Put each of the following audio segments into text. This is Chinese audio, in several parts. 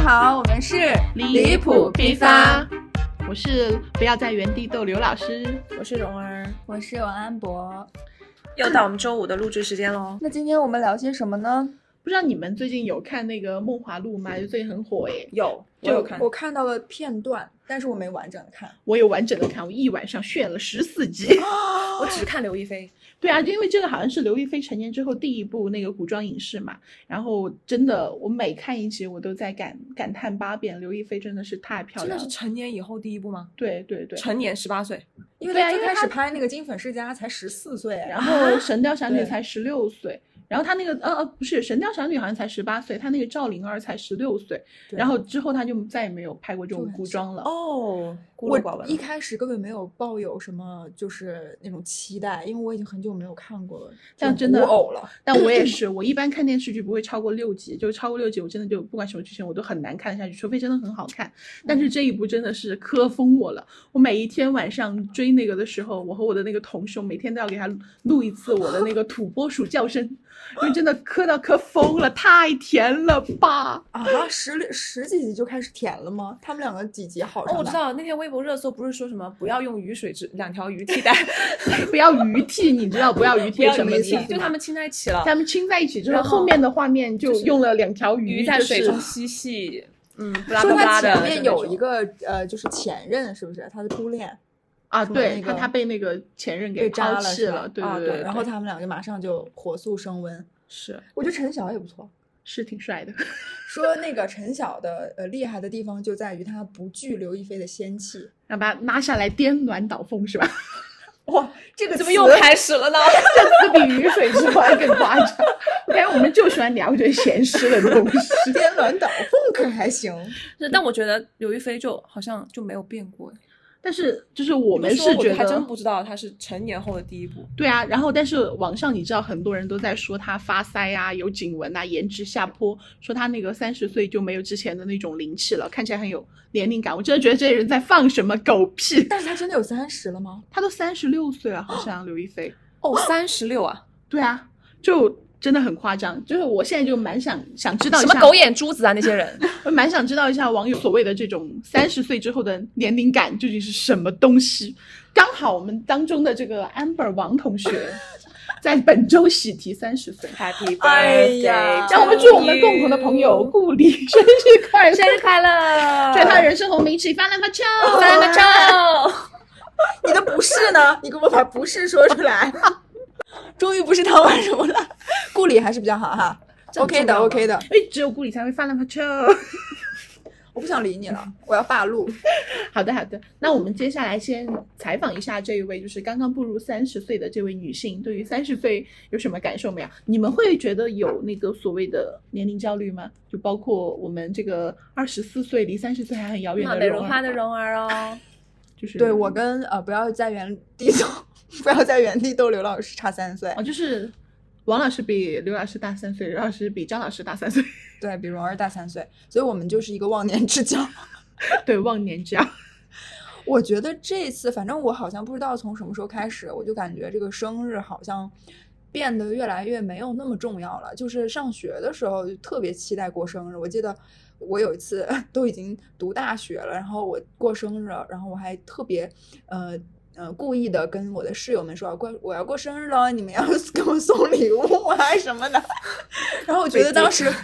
好，我们是离谱批发，我是不要在原地逗留老师， 我是蓉儿， 我是王安博。 又到我们周五的录制时间喽。 那今天我们聊些什么呢？ 不知道你们最近有看那个《梦华录》吗？就最近很火耶。 我看到了片段，但是我没完整的看。 我有完整的看，我一晚上炫了14集。 我只看刘亦菲。 对啊，因为这个好像是刘亦菲成年之后第一部那个古装影视嘛。然后真的，我每看一集我都在感叹8遍，刘亦菲真的是太漂亮了。 真的是成年以后第一部吗？ 对对对， 成年18岁。 因为他最开始拍那个《金粉世家》才14岁， 然后《神雕侠侣》才16岁。然后他那个不是《神雕侠侣》好像才18岁，他那个赵灵儿才16岁，然后之后他就再也没有拍过这种古装了。 哦， 我一开始根本没有抱有什么就是那种期待，因为我已经很久没有看过但真的古偶了。 但我也是，我一般看电视剧不会超过6集，就超过6集我真的就不管什么剧情我都很难看下去，除非真的很好看。但是这一部真的是磕疯我了，我每一天晚上追那个的时候，我和我的那个同事每天都要给他录一次我的那个土拨鼠叫声，因为真的磕疯了，太甜了吧！ 啊，十几集就开始甜了吗？他们两个几集好上？ 我知道那天微博热搜不是说什么不要用雨水2条鱼替代， 不要鱼替，你知道不要鱼替什么意思吗？ 就他们亲在一起了。 他们亲在一起之后，后面的画面就用了2条鱼在水中嬉戏。 说他前面有一个就是前任，是不是他的初恋？ 啊，对，他被那个前任给抛弃了，对对对， 然后他们两个马上就火速升温。 是， 我觉得陈晓也不错， 是挺帅的。 说那个陈晓的厉害的地方就在于他不惧刘亦菲的仙气， 让把他拉下来颠鸾倒凤是吧？ 哇，这个怎么又开始了呢？ 这次比雨水之花更夸张。感觉我们就喜欢聊这闲诗的东西。 颠鸾倒凤可还行， 但我觉得刘亦菲就好像就没有变过。 但是就是我们是觉得， 还真不知道她是成年后的第一部。 对啊，然后但是网上你知道很多人都在说她发腮啊、有颈纹啊、颜值下坡，说她那个30岁就没有之前的那种灵气了，看起来很有年龄感。我真的觉得这些人在放什么狗屁。 但是她真的有30了吗？ 她都36岁了，好像刘亦菲。 哦，36啊？ 对啊，就真的很夸张。就是我现在就蛮想知道一下什么狗眼珠子啊那些人。 我蛮想知道一下网友所谓的这种30岁之后的年龄感究竟是什么东西。刚好我们当中的这个 Amber 王同学在本周喜提30岁 Happy Birthday， 让我们祝我们共同的朋友顾里生日快乐， 生日快乐， 祝他人生红名起，发烂发臭， 发烂发臭。 你的不是呢？你给我把不是说出来。终于不是他玩什么了，顾里还是比较好哈。OK 的 OK 的， 只有顾里才会发烂发臭。 我不想理你了，我要罢录。 好的，那我们接下来先采访一下这一位就是刚刚步入30岁的这位女性，对于30岁有什么感受没有？你们会觉得有那个所谓的年龄焦虑吗？就包括我们这个24岁离30岁还很遥远的蓉花的蓉儿哦， 就是对我跟不要在原地走，不要在原地逗刘老师差3岁。 就是王老师比刘老师大3岁，刘老师比张老师大3岁， 对，比蓉儿大3岁，所以我们就是一个忘年之交。 对，忘年交。 我觉得这次反正我好像不知道从什么时候开始，我就感觉这个生日好像变得越来越没有那么重要了。就是上学的时候就特别期待过生日，我记得我有一次都已经读大学了，然后我过生日，然后我还特别故意的跟我的室友们说我要过生日了，你们要给我送礼物啊什么的。然后我觉得当时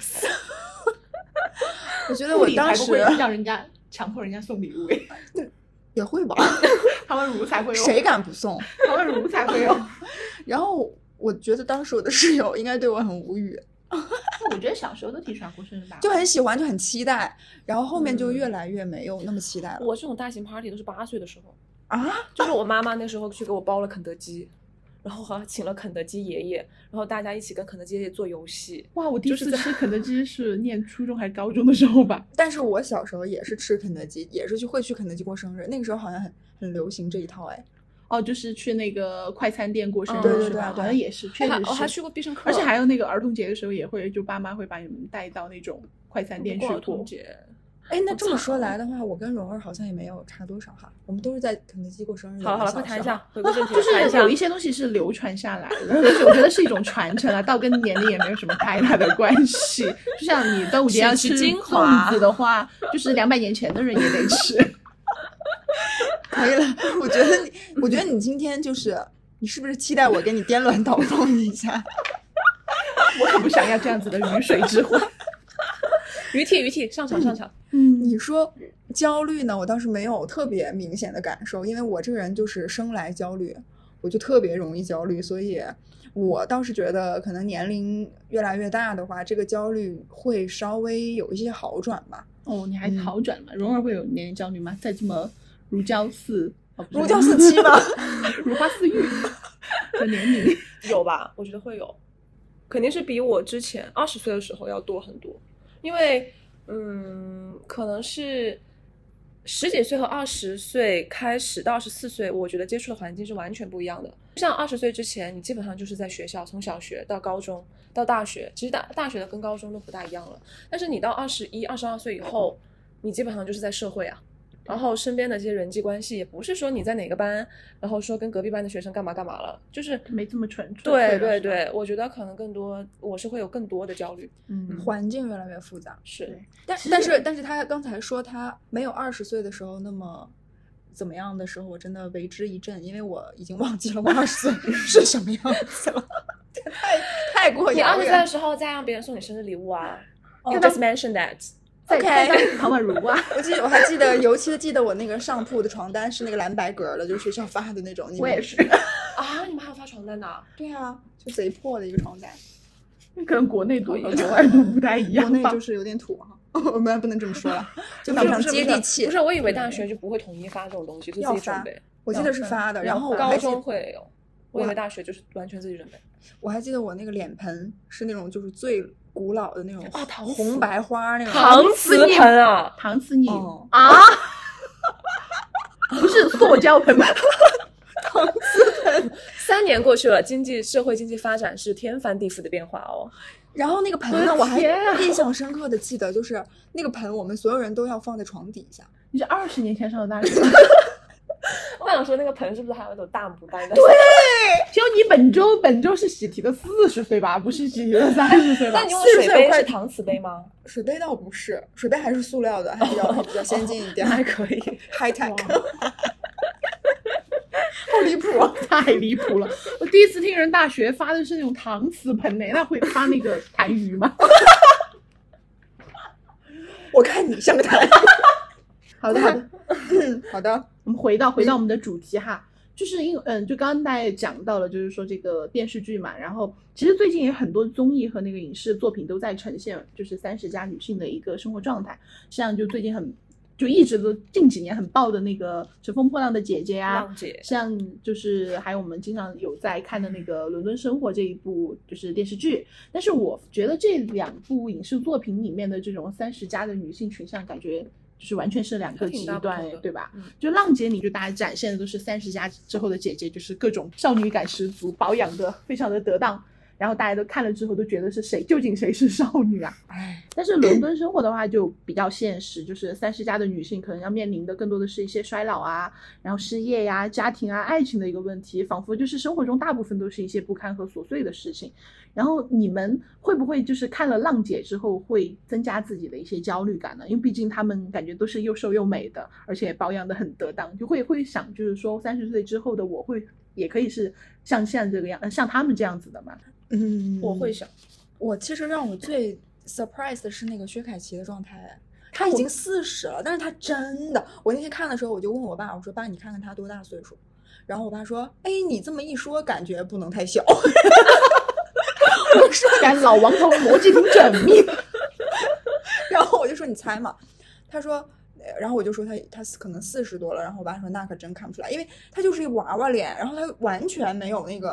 我觉得我当时会让人家强迫人家送礼物也会吧。 他们如才会有， 谁敢不送？ 他们如才会有。 然后我觉得当时我的室友应该对我很无语。 我觉得小时候都挺喜欢过生日吧， 就很喜欢，就很期待，然后后面就越来越没有那么期待了。 我这种大型 party 都是8岁的时候啊， 就是我妈妈那时候去给我包了肯德基，然后还请了肯德基爷爷，然后大家一起跟肯德基爷爷做游戏。 哇，我第一次吃肯德基是念初中还是高中的时候吧。 但是我小时候也是吃肯德基，也是会去肯德基过生日，那个时候好像很流行这一套哎。 哦，就是去那个快餐店过生日， 对是吧？好像也是，确实是。 我还去过必胜客， 而且还有那个儿童节的时候也会，就爸妈会把你们带到那种快餐店去过。 儿童节， 哎，那这么说来的话，我跟蓉儿好像也没有差多少哈，我们都是在肯德基过生日的。 好了，快谈一下，回归正题， 就是有一些东西是流传下来的，但是我觉得是一种传承啊，倒跟年龄也没有什么太大的关系。就像你端午节要吃粽子的话，就是200年前的人也得吃。 可以了，我觉得你今天就是你是不是期待我给你颠鸾倒凤一下？ 我可不想要这样子的鱼水之欢。 鱼体上场。 你说焦虑呢，我倒是没有特别明显的感受，因为我这个人就是生来焦虑，我就特别容易焦虑，所以我倒是觉得可能年龄越来越大的话，这个焦虑会稍微有一些好转吧。 哦，你还好转吗？蓉儿会有年龄焦虑吗？在这么如胶似漆吗？ 如花似玉的年龄有吧？我觉得会有，肯定是比我之前20岁的时候要多很多。因为可能是10几岁和20岁开始到24岁，我觉得接触的环境是完全不一样的。像20岁之前，你基本上就是在学校，从小学到高中到大学，其实大学的跟高中都不大一样了。但是你到21、22岁以后，你基本上就是在社会啊。然后身边的这些人际关系也不是说你在哪个班，然后说跟隔壁班的学生干嘛了，就是没这么纯粹。 对，我觉得可能更多，我是会有更多的焦虑。 环境越来越复杂。 是， 但是他刚才说他没有20岁的时候那么怎么样的时候，我真的为之一振，因为我已经忘记了我20岁是什么样子了，太过遥远。 你20岁的时候再让别人送你生日礼物啊，You just mention that。 OK， 唐宛如啊， 我还记得，尤其记得我那个上铺的床单是那个蓝白格的，就是学校发的那种。 我也是啊，你们还有发床单的？ 对啊，就贼破的一个床单。 可能国内多和国外都不太一样吧。 国内就是有点土哈，我们不能这么说了，就非常接地气。 不是，我以为大学就不会统一发这种东西，就自己准备。 我记得是发的，然后高中会有。我以为大学就是完全自己准备。 我还记得我那个脸盆是那种就是最古老的那种搪红白花那种搪瓷盆啊， 搪瓷泥啊，不是塑胶盆吗？ 搪瓷盆。 3年过去了，社会经济发展是天翻地覆的变化哦。 然后那个盆呢，我还印象深刻的记得，就是那个盆我们所有人都要放在床底下。 你是20年前上的大学？ 我想说那个盆是不是还有一种大牡丹的？ 对，就你本周是喜提的40岁吧，不是喜提的30岁吧？ 那你用水杯是搪瓷杯吗？ 水杯倒不是，水杯还是塑料的，还比较先进一点， 还可以 high tech。好离谱啊！ 太离谱了！我第一次听人大学发的是那种搪瓷盆呢，那会发那个痰盂吗？ 我看你像个痰。 好的， 好的。 我们回到我们的主题哈，就是就刚刚大家也讲到了，就是说这个电视剧嘛，然后其实最近也很多综艺和那个影视作品都在呈现，就是30+女性的一个生活状态，像就最近就一直都近几年很爆的那个《乘风破浪的姐姐》啊， 浪姐， 像就是还有我们经常有在看的那个《伦敦生活》这一部就是电视剧，但是我觉得这2部影视作品里面的这种30+的女性群像，感觉就是完全是2个极端，对吧？就浪姐，你就大家展现的都是30+之后的姐姐，就是各种少女感十足，保养的非常的得当，然后大家都看了之后都觉得是究竟谁是少女啊？但是伦敦生活的话就比较现实，就是30+的女性可能要面临的更多的是一些衰老啊，然后失业呀、家庭啊、爱情的一个问题，仿佛就是生活中大部分都是一些不堪和琐碎的事情。然后你们会不会就是看了浪姐之后会增加自己的一些焦虑感呢？因为毕竟她们感觉都是又瘦又美的，而且保养的很得当，就会想就是说30岁之后的我也可以是像这个样，像他们这样子的吗？ 我会想。 我其实让我最 surprise 的是那个薛凯琪的状态，她已经40了，但是她真的，我那天看的时候我就问我爸，我说爸，你看看她多大岁数？然后我爸说，哎，你这么一说，感觉不能太小。我说感老王头逻辑挺缜密。 然后我就说你猜嘛，他说，然后我就说他可能40多了，然后我爸说那可真看不出来，因为他就是一个娃娃脸，然后他完全没有那个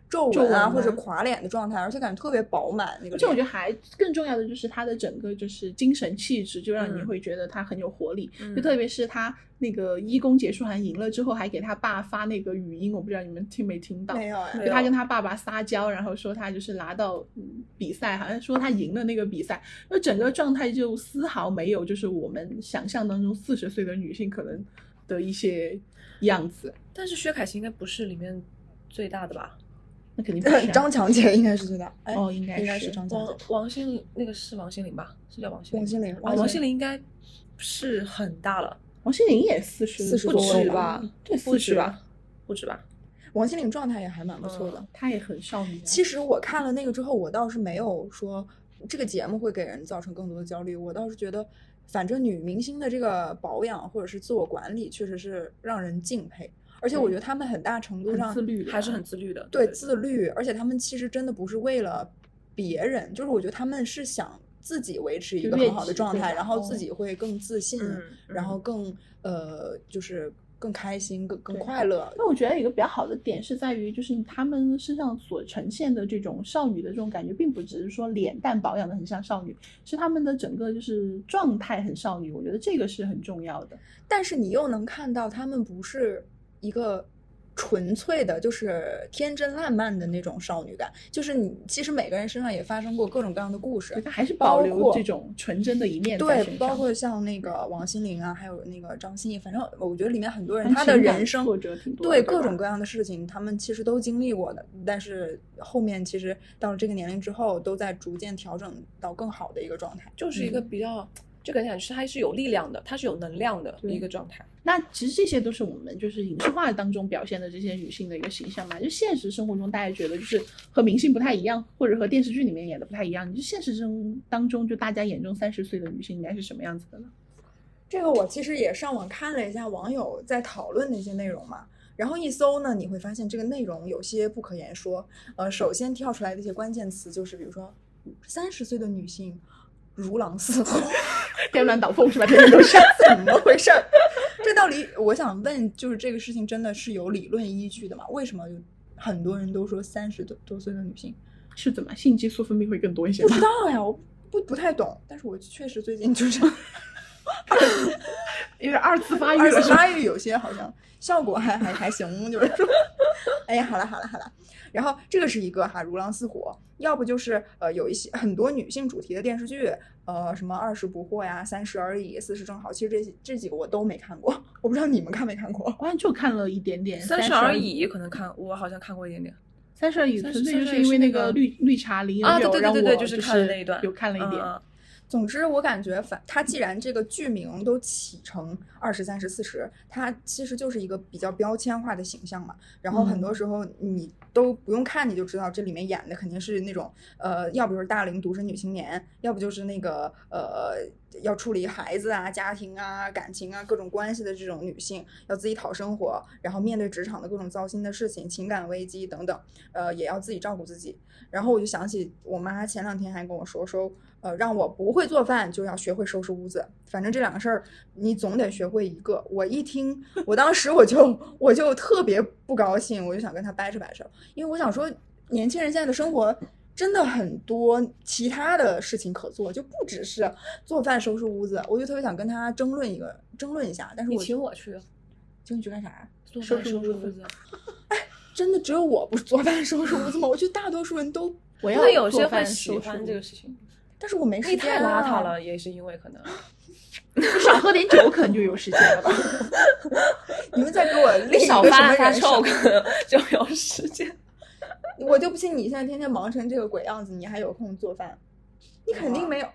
皱纹啊或者吗垮脸的状态，而且感觉特别饱满那个脸。 而且我觉得还更重要的就是他的整个就是精神气质，就让你会觉得他很有活力。就特别是他那个一公结束还赢了之后，还给他爸发那个语音，我不知道你们听没听到？ 没有哎， 就他跟他爸爸撒娇，然后说他就是拿到比赛，好像说他赢了那个比赛，就整个状态就丝毫没有就是我们想象当中40岁的女性可能的一些样子。 但是薛凯琪应该不是里面最大的吧？ 那肯定不是、啊、 张强姐应该是最大。哎、 哦，应该是张强姐。 王心凌那个是王心凌吧？是叫王心凌？ 王心凌， 王心凌应该是很大了。 王心凌也40 多岁吧？ 对， 不止吧？不止吧？ 王心凌状态也还蛮不错的， 她也很少女、啊。 其实我看了那个之后，我倒是没有说这个节目会给人造成更多的焦虑，我倒是觉得，反正女明星的这个保养或者是自我管理，确实是让人敬佩。而且我觉得他们很大程度上自律， 还是很自律的。 对，自律，而且他们其实真的不是为了别人，就是我觉得他们是想自己维持一个很好的状态，然后自己会更自信，然后更就是更开心、更快乐。 那我觉得有一个比较好的点是在于，就是他们身上所呈现的这种少女的这种感觉，并不只是说脸蛋保养的很像少女，是他们的整个就是状态很少女。我觉得这个是很重要的。 但是你又能看到他们不是一个纯粹的就是天真烂漫的那种少女感，就是你其实每个人身上也发生过各种各样的故事， 它还是保留这种纯真的一面在身上。 对，包括像那个王心凌啊，还有那个张歆艺，反正我觉得里面很多人他的人生挫折挺多的， 对各种各样的事情他们其实都经历过的，但是后面其实到了这个年龄之后都在逐渐调整到更好的一个状态， 就是一个比较这个感觉是它是有力量的，它是有能量的一个状态。 那其实这些都是我们就是影视化当中表现的这些女性的一个形象嘛。就现实生活中，大家觉得就是和明星不太一样，或者和电视剧里面演的不太一样。就现实生当中，就大家眼中30岁的女性应该是什么样子的呢？ 这个我其实也上网看了一下网友在讨论的一些内容嘛，然后一搜呢，你会发现这个内容有些不可言说。首先跳出来的一些关键词就是，比如说30岁的女性如狼似虎， 颠鸾倒凤是吧？天天都是怎么回事？这道理我想问，就是这个事情真的是有理论依据的吗？为什么有很多人都说30多岁的女性是怎么性激素分泌会更多一些吗？ 不知道呀，我不太懂，但是我确实最近就是因为二次发育有些好像效果还行，就是说，哎呀，好了，然后这个是一个哈，如狼似虎，要不就是有一些很多女性主题的电视剧，什么20不惑呀、30而已、40正好，其实这几个我都没看过，我不知道你们看没看过？ 我好像就看了一点点。 30而已可能我好像看过一点点。 30而已纯粹就是因为那个绿茶林有对， 让我就是看了那一段， 有看了一点。 总之我感觉它既然这个剧名都起成20、30、40，它其实就是一个比较标签化的形象嘛，然后很多时候你都不用看你就知道这里面演的肯定是那种要不就是大龄独身女青年，要不就是那个要处理孩子啊、家庭啊、感情啊各种关系的这种女性，要自己讨生活，然后面对职场的各种糟心的事情、情感危机等等，也要自己照顾自己。然后我就想起我妈前2天还跟我说让我不会做饭就要学会收拾屋子，反正这2个事儿你总得学会一个。我一听，我当时我就特别不高兴，我就想跟她掰扯，因为我想说年轻人现在的生活真的很多其他的事情可做，就不只是做饭收拾屋子，我就特别想跟她争论一下。但是你请我去， 请你去干啥？ 收拾屋子。 哎，真的只有我不是做饭收拾屋子吗？我觉得大多数人都我要有些会喜欢这个事情。 但是我没时间、 你太邋遢了，也是因为可能少喝点酒，可能就有时间了吧。 你们再给我另一少个什么人发臭，可能就有时间。 我就不信你现在天天忙成这个鬼样子，你还有空做饭？你肯定没有。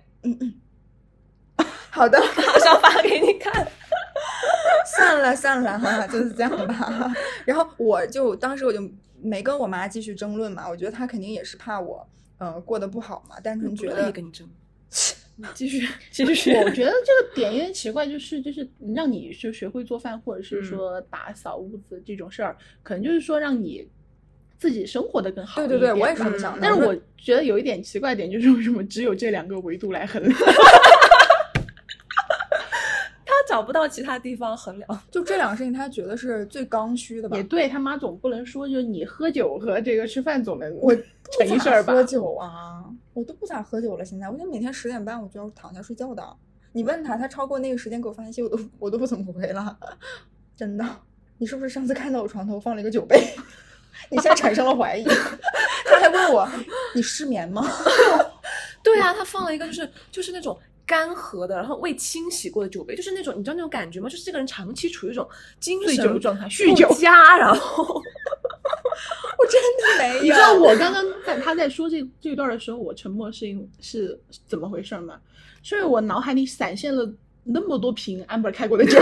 好的， 马上发给你看。 算了哈，就是这样吧。然后当时我就没跟我妈继续争论嘛，我觉得她肯定也是怕我过得不好嘛，单纯觉得跟你争。 继续。我觉得这个点有点奇怪，就是让你就学会做饭，或者是说打扫屋子这种事儿，可能就是说让你自己生活的更好一点。 对，我也是这么想的。 但是我觉得有一点奇怪点，就是为什么只有这2个维度来衡量？ 找不到其他地方衡量。 就这两个事情，他觉得是最刚需的吧？ 也对，他妈总不能说就是你喝酒和这个吃饭总能我成一事儿吧？ 喝酒啊，我都不咋喝酒了。现在我就每天10点半我就要躺下睡觉的。你问他，他超过那个时间给我发信息，我都不怎么回了。真的，你是不是上次看到我床头放了一个酒杯？你现在产生了怀疑。他还问我你失眠吗？ 对啊，他放了一个就是那种干涸的，然后未清洗过的酒杯，就是那种你知道那种感觉吗？就是这个人长期处于一种精醉神酒状态，酗酒不佳，然后我真的没有。 你知道我刚刚他在说这段的时候，我沉默是怎么回事吗？是因为我脑海里闪现了那么多瓶 Amber 开过的酒。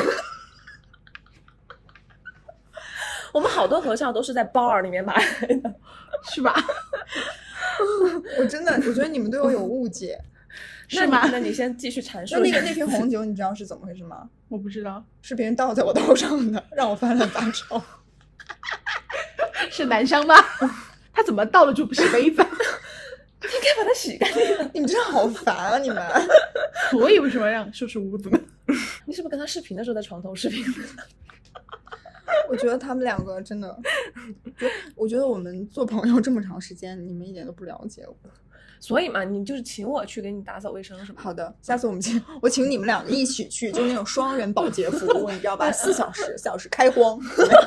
我们好多合唱都是在 bar 里面买的， 是吧？ 我真的，我觉得你们对我有误解。 是吗？ 那你先继续阐述。 那瓶红酒，你知道是怎么回事吗？ 我不知道， 是别人倒在我头上的，让我翻了发愁。 是男生吗？他怎么倒了就不洗杯子？ 应该把它洗干净。 你们真的好烦啊！你们。 所以为什么让收拾屋子呢？ 你是不是跟他视频的时候在床头视频？ 我觉得他们两个真的，我觉得我们做朋友这么长时间，你们一点都不了解我。 所以嘛，你就是请我去给你打扫卫生是吗？ 好的，下次我请你们两个一起去，就是那种双人保洁服务，你知道吧？4小时开荒。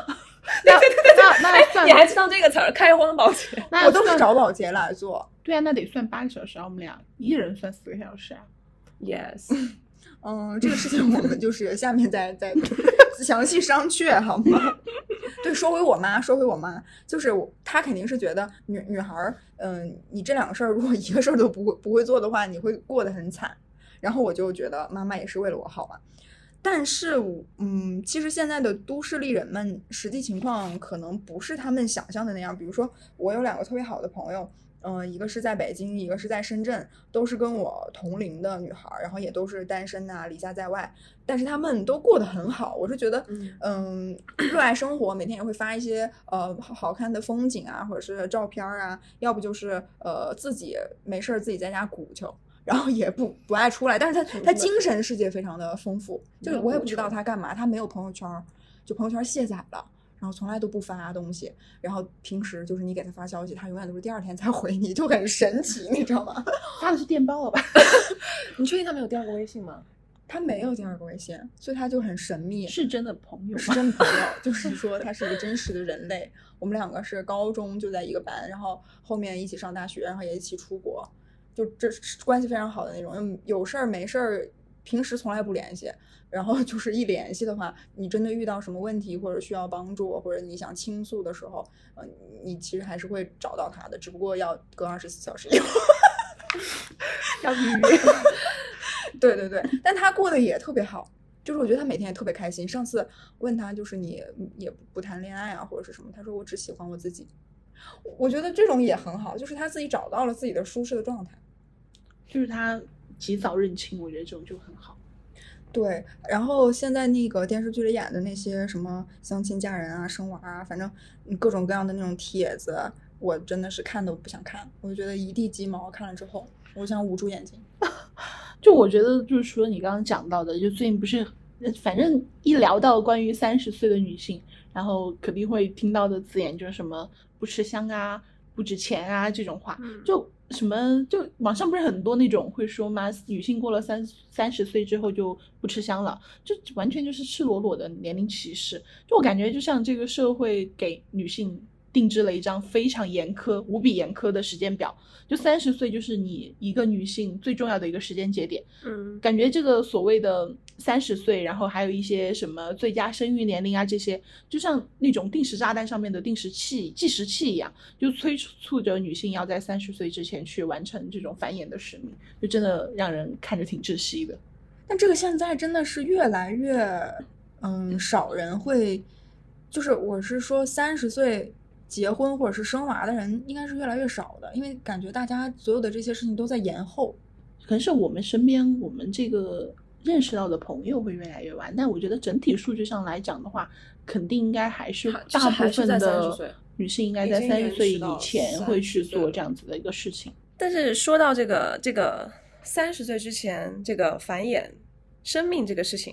那算， 你还知道这个词儿，开荒保洁？ 我都是找保洁来做。 对啊，那得算8个小时啊，我们俩一人算4个小时啊。 Yes。 这个事情我们就是下面再详细商榷好吗？对，说回我妈，就是她肯定是觉得女孩儿，你这2个事儿如果一个事儿都不会做的话，你会过得很惨。然后我就觉得妈妈也是为了我好嘛。但是其实现在的都市丽人们实际情况可能不是他们想象的那样。比如说我有2个特别好的朋友，一个是在北京，一个是在深圳，都是跟我同龄的女孩，然后也都是单身啊，离家在外，但是他们都过得很好。我是觉得热爱生活，每天也会发一些好看的风景啊，或者是照片啊，要不就是自己没事自己在家鼓秋，然后也不爱出来，但是他精神世界非常的丰富，就是我也不知道他干嘛，他没有朋友圈，就朋友圈卸载了，然后从来都不发东西，然后平时就是你给他发消息，他永远都是第2天才回你，就很神奇，你知道吗？ 发的是电报了吧？ 你确定他没有第2个微信吗？ 他没有第2个微信，所以他就很神秘。 是真的朋友吗？ 是真的朋友，就是说他是一个真实的人类。我们2个是高中就在一个班，然后后面一起上大学，然后也一起出国，就这关系非常好的那种。有事儿没事儿，平时从来不联系，然后就是一联系的话，你真的遇到什么问题或者需要帮助，或者你想倾诉的时候，你其实还是会找到他的，只不过要隔24小时以后要预约。 对对对，但他过得也特别好，就是我觉得他每天也特别开心。上次问他，就是你也不谈恋爱啊或者是什么，他说我只喜欢我自己。我觉得这种也很好，就是他自己找到了自己的舒适的状态， 就是他及早认清，我觉得这种就很好。 对，然后现在那个电视剧里演的那些什么相亲嫁人啊、生娃啊，反正各种各样的那种帖子，我真的是看都不想看，我就觉得一地鸡毛。看了之后，我想捂住眼睛。 就我觉得就是说你刚刚讲到的，就最近不是，反正一聊到关于30岁的女性，然后肯定会听到的字眼就是什么不吃香啊、不值钱啊这种话，就什么就网上不是很多那种会说吗？女性过了30岁之后就不吃香了，就完全就是赤裸裸的年龄歧视。就我感觉就像这个社会给女性定制了一张非常严苛、无比严苛的时间表，就30岁就是你一个女性最重要的一个时间节点。感觉这个所谓的30岁，然后还有一些什么最佳生育年龄啊，这些就像那种定时炸弹上面的定时器、计时器一样，就催促着女性要在30岁之前去完成这种繁衍的使命，就真的让人看着挺窒息的。 但这个现在真的是越来越少人会，就是我是说30岁结婚或者是生娃的人应该是越来越少的，因为感觉大家所有的这些事情都在延后。 可能是我们身边我们这个认识到的朋友会越来越晚，但我觉得整体数据上来讲的话，肯定应该还是大部分的女性应该在30岁以前会去做这样子的一个事情。 但是说到这个30岁之前这个繁衍生命这个事情，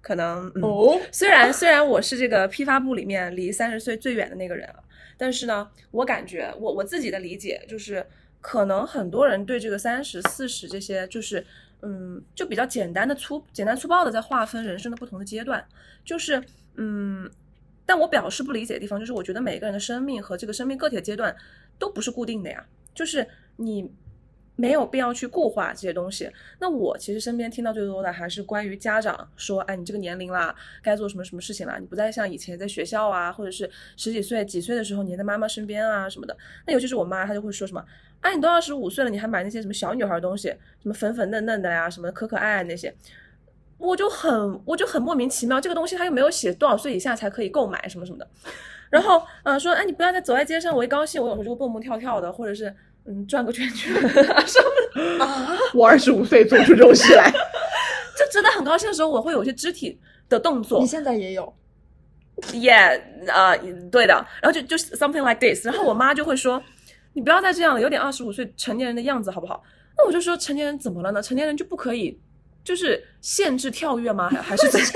可能哦， 虽然我是这个批发部里面离30岁最远的那个人啊，但是呢，我感觉我自己的理解就是，可能很多人对这个30、40这些就是就比较简单粗暴的在划分人生的不同的阶段，就是但我表示不理解的地方就是，我觉得每个人的生命和这个生命个体的阶段都不是固定的呀，就是你没有必要去固化这些东西。那我其实身边听到最多的还是关于家长说，哎，你这个年龄啦，该做什么什么事情啦，你不再像以前在学校啊，或者是10几岁、几岁的时候黏在妈妈身边啊什么的。那尤其是我妈，她就会说什么，哎，你都25岁了，你还买那些什么小女孩的东西，什么粉粉嫩嫩的呀，什么可爱那些。我就很莫名其妙，这个东西它又没有写多少岁以下才可以购买什么什么的。然后说，哎，你不要再走在街上，我一高兴我有时候就会蹦蹦跳跳的，或者是转个圈圈啊什么的啊。我25岁做出这种事来， 就真的很高兴的时候，我会有一些肢体的动作。 你现在也有 ？Yeah， 对的。然后就 something like this， 然后我妈就会说，你不要再这样了，有点25岁成年人的样子好不好？那我就说，成年人怎么了呢？成年人就不可以就是限制跳跃吗？还是怎样？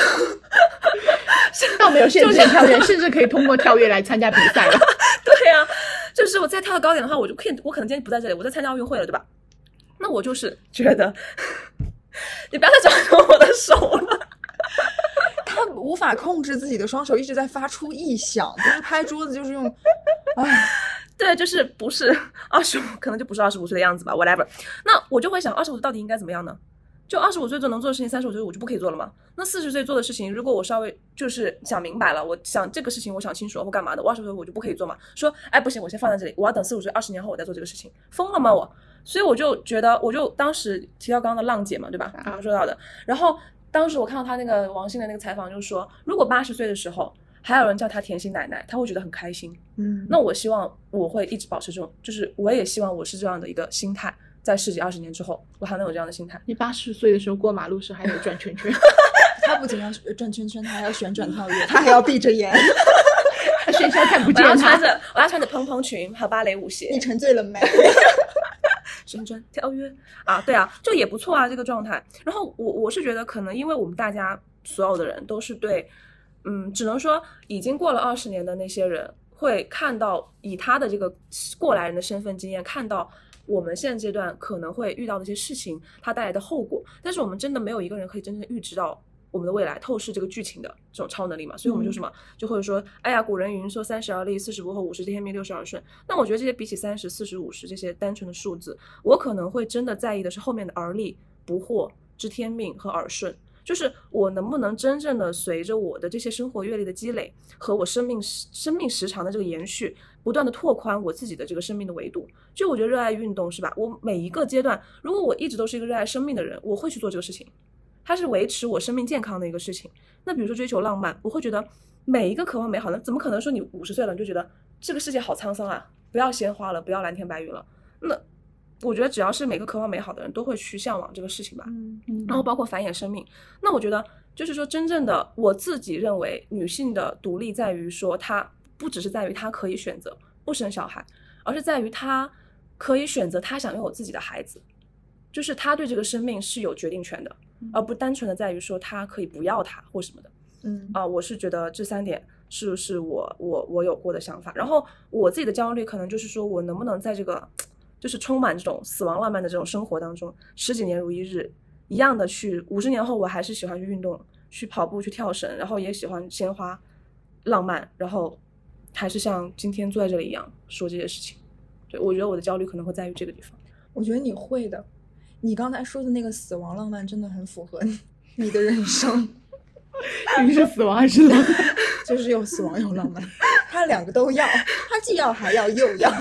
倒没有限制跳跃，甚至可以通过跳跃来参加比赛了。 对呀，就是我再跳到高点的话，我可能今天不在这里，我在参加奥运会了，对吧？那我就是觉得，你不要再抓住我的手了。 他无法控制自己的双手，一直在发出异响，不是拍桌子就是用，哎。 对，就是不是25，可能就不是25岁的样子吧 ，whatever。那我就会想，25岁到底应该怎么样呢？就25岁做能做的事情，35岁我就不可以做了吗？那40岁做的事情，如果我稍微就是想明白了，我想这个事情我想清楚了或干嘛的，我20岁我就不可以做嘛？说，哎，不行，我先放在这里，我要等45岁20年后我再做这个事情，疯了吗我？所以我就觉得，我就当时提到刚刚的浪姐嘛，对吧？刚刚说到的。然后当时我看到他那个王鑫的那个采访，就是说，如果80岁的时候还有人叫他甜心奶奶，他会觉得很开心。那我希望我会一直保持这种，就是我也希望我是这样的一个心态。在10几20年之后，我还能有这样的心态。 你80岁的时候过马路时还得转圈圈， 他不仅要转圈圈，他还要旋转跳跃，他还要闭着眼， 学校看不见他。 我要穿着蓬蓬裙和芭蕾舞鞋。 你沉醉了没？ 旋转跳跃啊，对啊，就也不错啊，这个状态。然后我是觉得，可能因为我们大家所有的人都是对，只能说已经过了20年的那些人，会看到以他的这个过来人的身份经验，看到我们现在阶段可能会遇到的一些事情，它带来的后果。但是我们真的没有一个人可以真正预知到我们的未来，透视这个剧情的这种超能力嘛。所以我们就什么，就会说，哎呀，古人云说30而立，40不惑，50知天命，60而顺。那我觉得这些比起30、40、50这些单纯的数字，我可能会真的在意的是后面的而立、不惑、知天命和耳顺。就是我能不能真正的随着我的这些生活阅历的积累和我生命时长的这个延续，不断的拓宽我自己的这个生命的维度。就我觉得热爱运动是吧，我每一个阶段，如果我一直都是一个热爱生命的人，我会去做这个事情，它是维持我生命健康的一个事情。那比如说追求浪漫，我会觉得每一个渴望美好的，怎么可能说你50岁了你就觉得这个世界好沧桑啊，不要鲜花了，不要蓝天白云了。那我觉得只要是每个渴望美好的人都会去向往这个事情吧。然后包括繁衍生命。那我觉得就是说，真正的我自己认为女性的独立在于说，她不只是在于她可以选择不生小孩，而是在于她可以选择她想拥有自己的孩子，就是她对这个生命是有决定权的，而不单纯的在于说她可以不要他或什么的。我是觉得这3点是我有过的想法。然后我自己的焦虑可能就是说，我能不能在这个就是充满这种死亡浪漫的这种生活当中，10几年如一日一样的去50年后我还是喜欢去运动，去跑步，去跳绳，然后也喜欢鲜花浪漫，然后还是像今天坐在这里一样说这些事情。对，我觉得我的焦虑可能会在于这个地方。 我觉得你会的，你刚才说的那个死亡浪漫真的很符合你的人生。 你是死亡还是浪漫？ 就是有死亡有浪漫，他2个都要，他既要还要又要。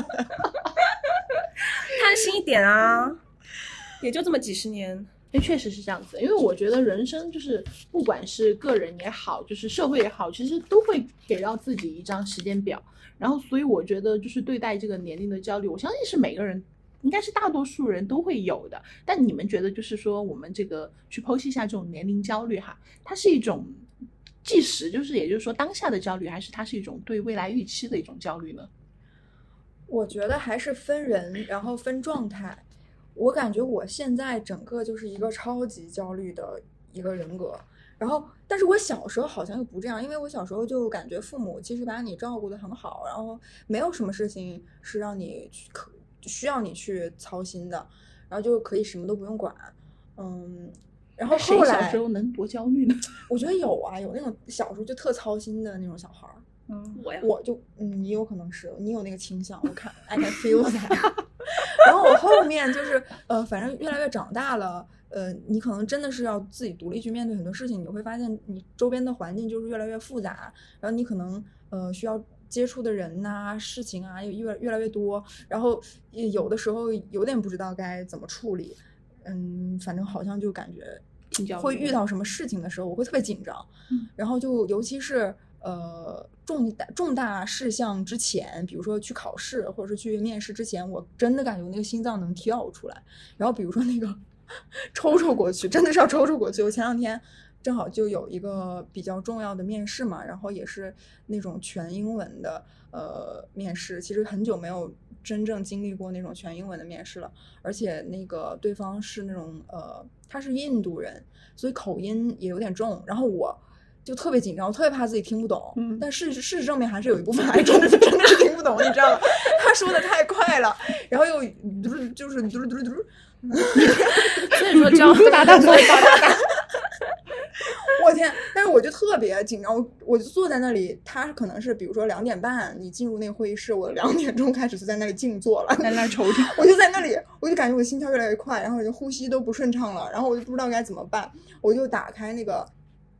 贪心一点啊，也就这么几十年。 确实是这样子，因为我觉得人生就是不管是个人也好，就是社会也好，其实都会给到自己一张时间表。然后所以我觉得就是对待这个年龄的焦虑，我相信是每个人应该是大多数人都会有的。但你们觉得就是说我们这个去剖析一下这种年龄焦虑哈，它是一种即时，就是也就是说当下的焦虑，还是它是一种对未来预期的一种焦虑呢？ 我觉得还是分人，然后分状态。我感觉我现在整个就是一个超级焦虑的一个人格， 然后，但是我小时候好像又不这样，因为我小时候就感觉父母其实把你照顾得很好，然后没有什么事情是让你需要你去操心的，然后就可以什么都不用管。然后后来小时候能多焦虑呢？ 我觉得有啊，有那种小时候就特操心的那种小孩儿。我就你有可能是你有那个倾向，我看 I can feel that 然后我后面就是反正越来越长大了，你可能真的是要自己独立去面对很多事情，你会发现你周边的环境就是越来越复杂，然后你可能需要接触的人呐、事情啊越来越多，然后有的时候有点不知道该怎么处理，反正好像就感觉会遇到什么事情的时候，我会特别紧张，然后就尤其是重大事项之前，比如说去考试或者是去面试之前，我真的感觉我那个心脏能跳出来。然后比如说那个抽过去，真的是要抽过去。我前2天正好就有一个比较重要的面试嘛，然后也是那种全英文的面试，其实很久没有真正经历过那种全英文的面试了，而且那个对方是那种他是印度人，所以口音也有点重，然后我就特别紧张，我特别怕自己听不懂，但事实证明还是有一部分还真的是听不懂，你知道吗？他说的太快了，然后又就是所以说教大大我天！但是我就特别紧张，我就坐在那里，他可能是比如说2点半你进入那个会议室，我2点钟开始就在那里静坐了， 在那瞅着， 我就在那里，我就感觉我心跳越来越快，然后我就呼吸都不顺畅了，然后我就不知道该怎么办，我就打开那个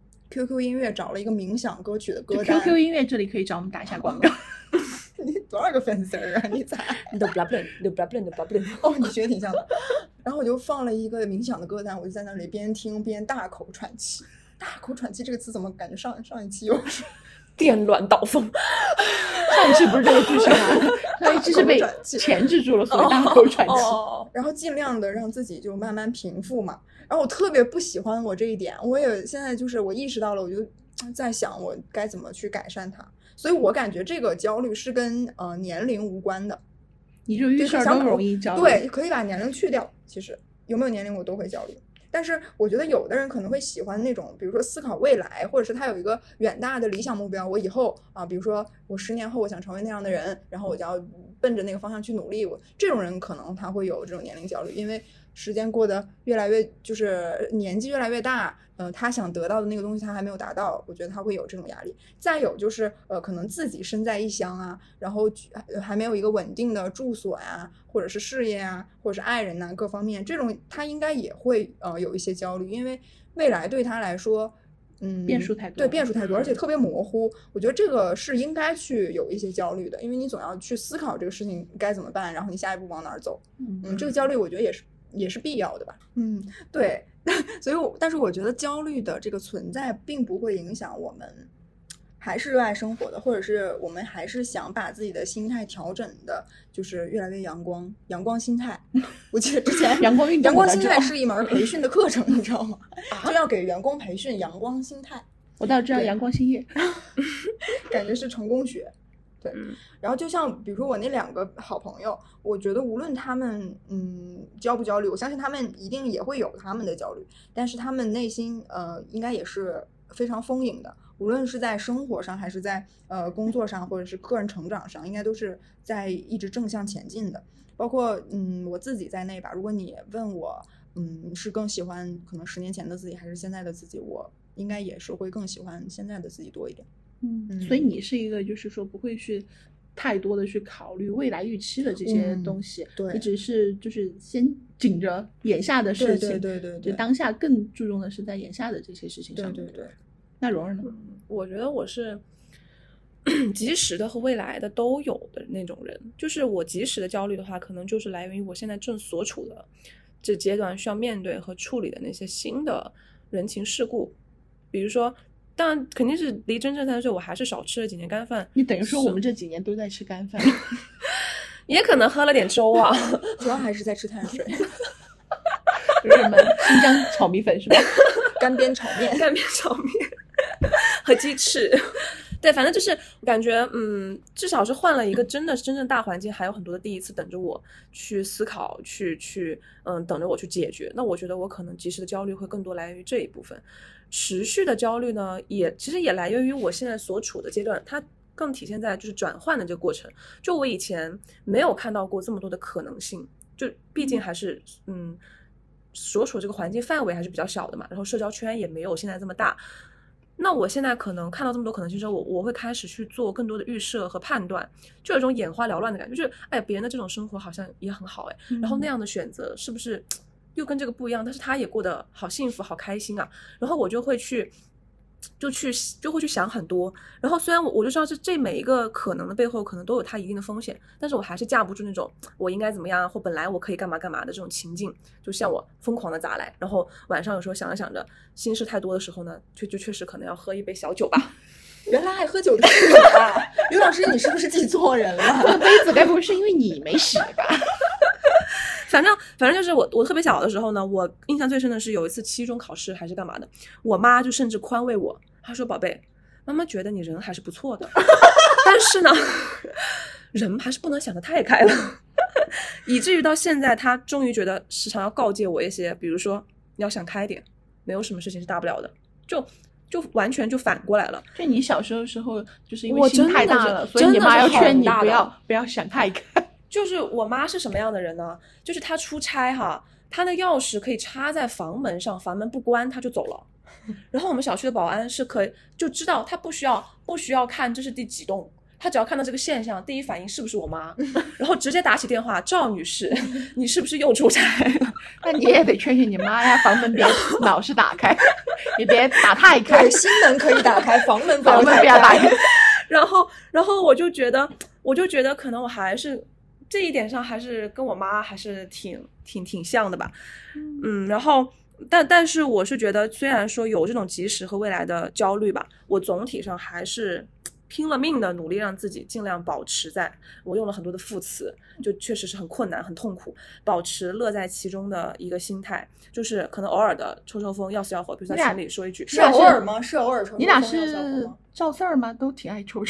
QQ 音乐，找了一个冥想歌曲的歌单。 QQ 音乐这里可以找我们打一下广告。 你多少个粉丝啊？你猜？ 你都 blah blah 哦，你学的挺像的。然后我就放了一个冥想的歌单，我就在那里边听边大口喘气。大口喘气这个词怎么感觉上一期又是电乱倒风？ 上一期不是这个剧情吗？上一期是被钳制住了，所以大口喘气。 然后尽量的让自己就慢慢平复嘛。然后我特别不喜欢我这一点，我也现在就是我意识到了，我就在想我该怎么去改善它。所以我感觉这个焦虑是跟年龄无关的。 你就遇事都容易焦虑。 对，可以把年龄去掉，其实有没有年龄我都会焦虑。但是我觉得有的人可能会喜欢那种，比如说思考未来，或者是他有一个远大的理想目标，我以后啊，比如说我10年后我想成为那样的人，然后我就要奔着那个方向去努力。这种人可能他会有这种年龄焦虑，因为时间过得越来越，就是年纪越来越大，他想得到的那个东西他还没有达到，我觉得他会有这种压力。再有就是可能自己身在异乡啊，然后还没有一个稳定的住所呀，或者是事业啊，或者是爱人呐，各方面，这种他应该也会有一些焦虑，因为未来对他来说变数太多， 对，变数太多，而且特别模糊。我觉得这个是应该去有一些焦虑的，因为你总要去思考这个事情该怎么办，然后你下一步往哪儿走。这个焦虑我觉得也是必要的吧。对。所以但是我觉得焦虑的这个存在并不会影响我们还是热爱生活的，或者是我们还是想把自己的心态调整的，就是越来越阳光心态。我记得之前阳光心态是一门培训的课程，你知道吗？就要给员工培训阳光心态。 我倒知道阳光兴业， 感觉是成功学。对，然后就像比如说我那2个好朋友，我觉得无论他们焦不焦虑，我相信他们一定也会有他们的焦虑，但是他们内心应该也是非常丰盈的，无论是在生活上还是在工作上或者是个人成长上，应该都是在一直正向前进的。包括我自己在内吧，如果你问我是更喜欢可能10年前的自己还是现在的自己，我应该也是会更喜欢现在的自己多一点。 所以你是一个就是说不会去太多的去考虑未来预期的这些东西， 对， 你只是就是先紧着眼下的事情， 对， 就当下更注重的是在眼下的这些事情上面。 对。 那蓉儿呢？ 我觉得我是及时的和未来的都有的那种人，就是我及时的焦虑的话，可能就是来源于我现在正所处的这阶段需要面对和处理的那些新的人情世故，比如说。当然肯定是离真正30岁我还是少吃了几年干饭。 你等于说我们这几年都在吃干饭。 也可能喝了点粥啊。 主要还是在吃碳水。 就是什么新疆炒米粉是吧？ 干煸炒面和鸡翅。 对，反正就是我感觉，至少是换了一个真正大环境，还有很多的第一次等着我去思考，去等着我去解决。那我觉得我可能及时的焦虑会更多来源于这一部分，持续的焦虑呢，其实也来源于我现在所处的阶段，它更体现在就是转换的这个过程。就我以前没有看到过这么多的可能性，就毕竟还是所处这个环境范围还是比较小的嘛，然后社交圈也没有现在这么大。那我现在可能看到这么多可能性之后，我会开始去做更多的预设和判断，就有一种眼花缭乱的感觉，就是哎，别人的这种生活好像也很好哎，然后那样的选择是不是又跟这个不一样？但是他也过得好幸福、好开心啊，然后我就会去想很多。然后虽然我就知道这每一个可能的背后可能都有它一定的风险，但是我还是架不住那种我应该怎么样，或本来我可以干嘛干嘛的这种情境，就像我疯狂的砸来。然后晚上有时候想着想着心事太多的时候呢，就确实可能要喝一杯小酒吧。 原来爱喝酒的是你啊，刘老师，你是不是记错人了？ 这个杯子该不会是因为你没洗吧？ 反正就是我特别小的时候呢，我印象最深的是有一次期中考试还是干嘛的，我妈就甚至宽慰我，她说宝贝，妈妈觉得你人还是不错的，但是呢人还是不能想得太开了以至于到现在她终于觉得时常要告诫我一些，比如说你要想开点，没有什么事情是大不了的，就完全就反过来了。 就你小时候的时候就是因为心太大了，所以你妈要劝你不要想太开。 就是我妈是什么样的人呢？就是她出差哈，她的钥匙可以插在房门上，房门不关她就走了。然后我们小区的保安是可以就知道她不需要看这是第几栋，她只要看到这个现象，第一反应是不是我妈，然后直接打起电话，赵女士，你是不是又出差了？ 那你也得劝劝你妈呀，房门别老是打开，你别打太开。 心门可以打开，房门不要打开。然后我就觉得可能我还是这一点上还是跟我妈还是挺像的吧。然后但是我是觉得虽然说有这种即时和未来的焦虑吧，我总体上还是拼了命的努力让自己尽量保持在，我用了很多的副词，就确实是很困难很痛苦，保持乐在其中的一个心态，就是可能偶尔的抽风要死要活，比如在群里说一句， 是偶尔吗？是偶尔抽。 你俩是赵四儿吗？都挺爱抽的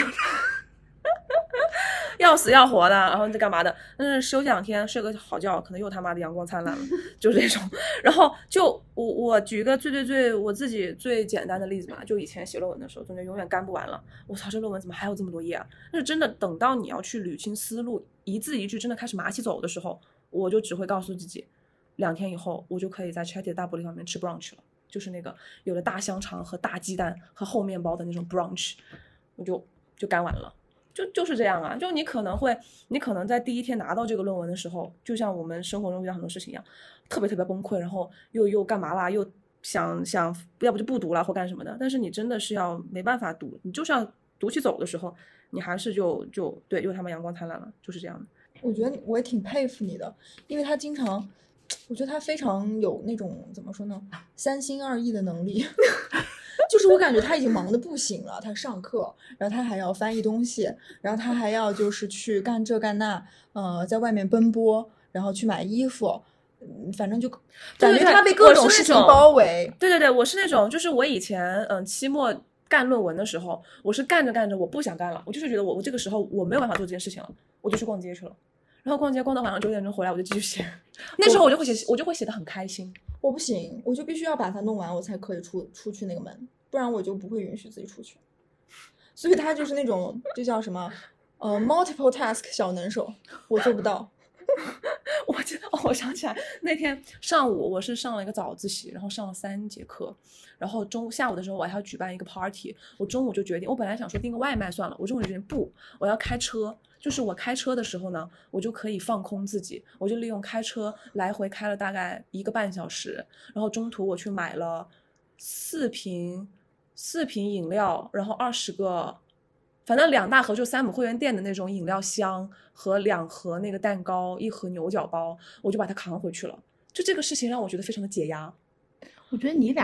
要死要活的，然后在干嘛的？但是休2天睡个好觉，可能又他妈的阳光灿烂了，就是这种。然后就我举一个最我自己最简单的例子嘛，就以前写论文的时候，总觉得永远干不完了。我操，这论文怎么还有这么多页啊？但是真的等到你要去捋清思路，一字一句真的开始麻起走的时候，我就只会告诉自己，2天以后我就可以在 Chatty 的大玻璃旁边吃 brunch 了，就是那个有了大香肠和大鸡蛋和厚面包的那种 brunch， 我就干完了。就是这样啊，就你可能在第一天拿到这个论文的时候，就像我们生活中遇到很多事情一样，特别崩溃，然后又干嘛啦，又想要不就不读了或干什么的。但是你真的是要没办法读，你就是要读起走的时候，你还是就对，又他妈阳光灿烂了，就是这样的。 我觉得我也挺佩服你的，因为他经常，我觉得他非常有那种怎么说呢，3心2意的能力。就是我感觉他已经忙得不行了，他上课，然后他还要翻译东西，然后他还要就是去干这干那，在外面奔波，然后去买衣服，反正就感觉他被各种事情包围。 对，我是那种，就是我以前期末干论文的时候，我是干着我不想干了，我就是觉得我这个时候我没有办法做这件事情了，我就去逛街去了，然后逛街逛到晚上9点钟回来，我就继续写。那时候我就会写得很开心。 我不行，我就必须要把它弄完，我才可以出去那个门，不然我就不会允许自己出去。所以他就是那种就叫什么multiple task 小能手，我做不到。 我想起来那天上午我是上了一个早自习，然后上了3节课，然后下午的时候我还要举办一个 party， 我中午就决定，我本来想说订个外卖算了，我中午就决定不，我要开车。就是我开车的时候呢，我就可以放空自己，我就利用开车来回开了大概1个半小时，然后中途我去买了4瓶饮料，然后20个，反正2大盒就3姆会员店的那种饮料箱和2盒那个蛋糕，1盒牛角包，我就把它扛回去了。就这个事情让我觉得非常的解压。 我觉得你俩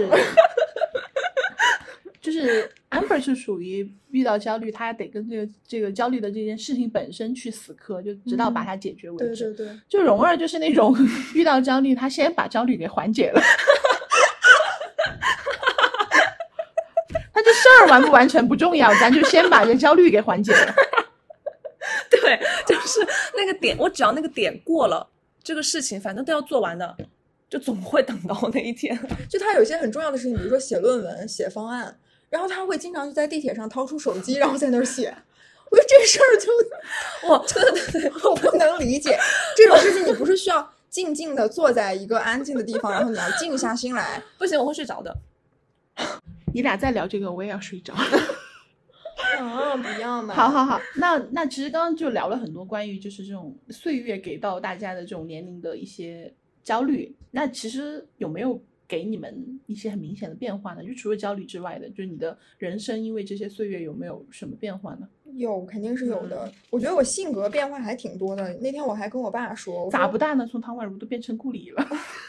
就是 Amber 是属于遇到焦虑，他得跟这个焦虑的这件事情本身去死磕，就直到把它解决为止。 对。 就蓉儿就是那种遇到焦虑，他先把焦虑给缓解了。他这事儿完不完成不重要，咱就先把这焦虑给缓解了。 对，就是那个点，我只要那个点过了，这个事情反正都要做完的，就总会等到那一天。 就他有一些很重要的事情，比如说写论文、写方案，然后他会经常就在地铁上掏出手机，然后在那儿写。我觉得这事儿就，我不能理解这种事情。你不是需要静静的坐在一个安静的地方，然后你要静下心来？ 不行，我会睡着的。 你俩再聊这个，我也要睡着。 啊，不要嘛！ 好，那其实刚刚就聊了很多关于就是这种岁月给到大家的这种年龄的一些焦虑。那其实有没有给你们一些很明显的变化呢？就除了焦虑之外的，就是你的人生因为这些岁月有没有什么变化呢？ 有，肯定是有的。我觉得我性格变化还挺多的。那天我还跟我爸说， 咋不大呢？从糖丸如都变成顾里了。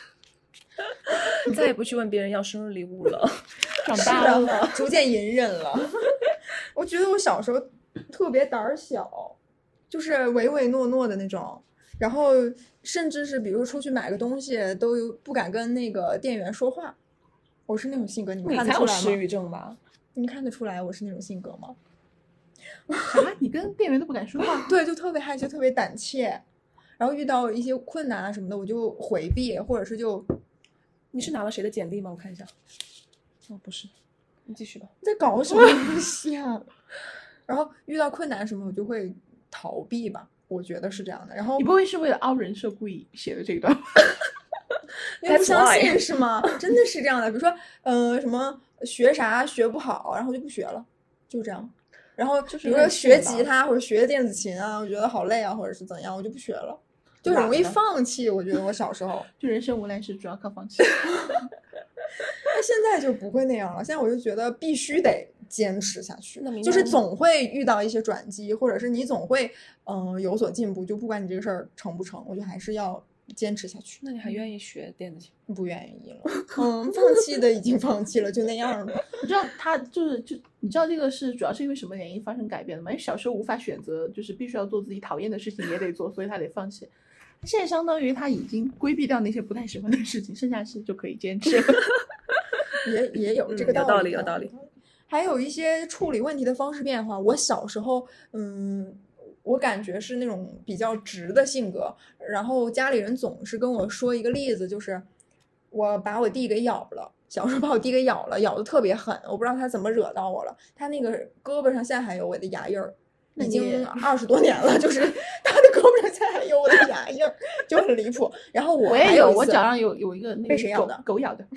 再也不去问别人要生日礼物了， 长大了， 逐渐隐忍了。我觉得我小时候特别胆小，就是唯唯诺诺的那种，然后甚至是比如说出去买个东西都不敢跟那个店员说话。我是那种性格，你们看得出来吗？ 你才有失语症吧？ 你看得出来我是那种性格吗？ 你跟店员都不敢说话？ 对，就特别害羞，特别胆怯，然后遇到一些困难啊什么的，我就回避，或者是就。 你是拿了谁的简历吗？我看一下。哦，不是，你继续吧。 你在搞什么东西啊？然后遇到困难什么，我就会逃避吧，我觉得是这样的。然后你不会是为了凹人设故意写的这一段？ 因为不相信是吗？真的是这样的。比如说，什么学啥学不好，然后就不学了，就这样。然后比如说学吉他或者学电子琴啊，我觉得好累啊，或者是怎样，我就不学了。就容易放弃，我觉得我小时候就人生无难事，主要靠放弃。 那现在就不会那样了，现在我就觉得必须得坚持下去，就是总会遇到一些转机，或者是你总会有所进步，就不管你这个事儿成不成，我就还是要坚持下去。 那你还愿意学电子琴？ 不愿意了，放弃的已经放弃了，就那样了。 你知道他你知道这个是主要是因为什么原因发生改变的吗？因为小时候无法选择，就是必须要做自己讨厌的事情也得做，所以他得放弃。现在相当于他已经规避掉那些不太喜欢的事情，剩下是就可以坚持了。 也有这个道理，有道理。 还有一些处理问题的方式变化。我小时候，我感觉是那种比较直的性格，然后家里人总是跟我说一个例子，就是我把我弟给咬了。小时候把我弟给咬了，咬得特别狠，我不知道他怎么惹到我了。他那个胳膊上现在还有我的牙印儿。已经20多年了，就是他的胳膊上现在还有我的牙印，就很离谱。然后我也有，我脚上有一个那个被谁咬的？ 狗咬的。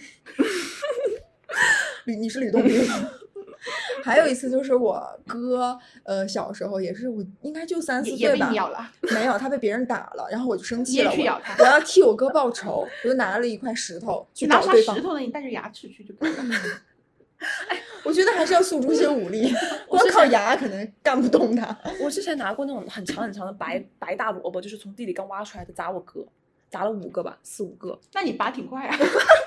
你是吕洞宾。还有一次就是我哥，小时候也是我应该就3、4岁吧， 也被你咬了？ 没有，他被别人打了，然后我就生气了， 去咬他， 我要替我哥报仇，我就拿了一块石头去找对方。 拿啥石头呢？你带着牙齿去就可以了。 哎，我觉得还是要诉诸一些武力，光靠牙可能干不动他。 我之前拿过那种很长很长的白大萝卜，就是从地里刚挖出来的，砸我哥，砸了5个吧，4、5个。 那你拔挺快啊。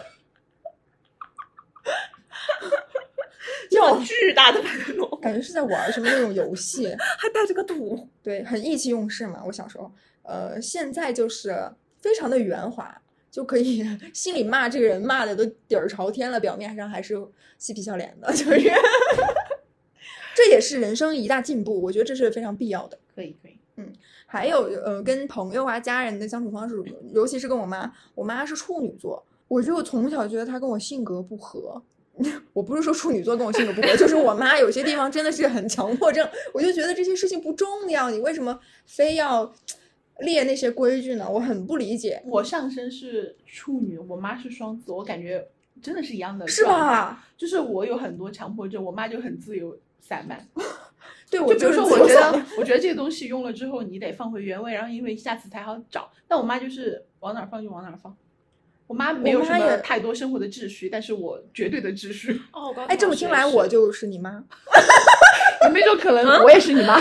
这种巨大的白萝卜， 感觉是在玩什么那种游戏， 还带着个土。 对，很意气用事嘛。我小时候，现在就是非常的圆滑。就可以心里骂这个人骂的都底儿朝天了，表面上还是嬉皮笑脸的，就是这也是人生一大进步，我觉得这是非常必要的。 可以， 还有跟朋友啊家人的相处方式，尤其是跟我妈是处女座，我就从小觉得她跟我性格不合。我不是说处女座跟我性格不合，就是我妈有些地方真的是很强迫症，我就觉得这些事情不重要，你为什么非要列那些规矩呢？我很不理解。 我上身是处女，我妈是双子，我感觉真的是一样的， 是吧？ 就是我有很多强迫症，我妈就很自由散漫。 对，我就是我觉得这个东西用了之后，你得放回原位，然后因为下次才好找。但我妈就是往哪儿放就往哪儿放。我妈没有什么太多生活的秩序，但是我绝对的秩序。 哦， 哎，这么听来我就是你妈。 有没有可能我也是你妈？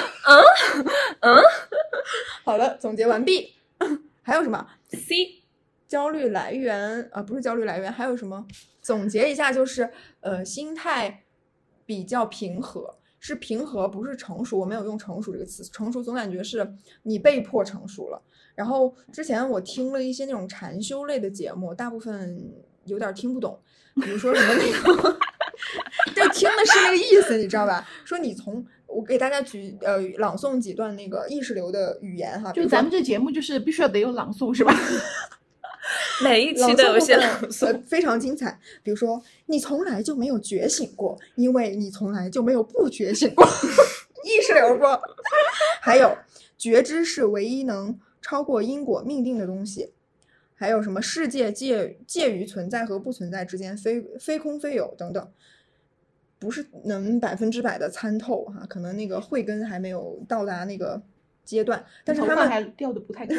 好了，总结完毕。还有什么 ？C 焦虑来源不是焦虑来源，还有什么？总结一下就是心态比较平和，是平和，不是成熟。我没有用成熟这个词，成熟总感觉是你被迫成熟了。然后之前我听了一些那种禅修类的节目，大部分有点听不懂，比如说什么那种。就听的是那个意思，你知道吧？说你我给大家朗诵几段那个意识流的语言哈， 就咱们这节目就是必须要得有朗诵是吧？ 每一期都有一些朗诵， 非常精彩。比如说，你从来就没有觉醒过，因为你从来就没有不觉醒过，意识流过。还有，觉知是唯一能超过因果命定的东西。还有什么世界介于存在和不存在之间，非空非有等等，不是能100%的参透哈，可能那个慧根还没有到达那个阶段，但是他们还掉的不太够。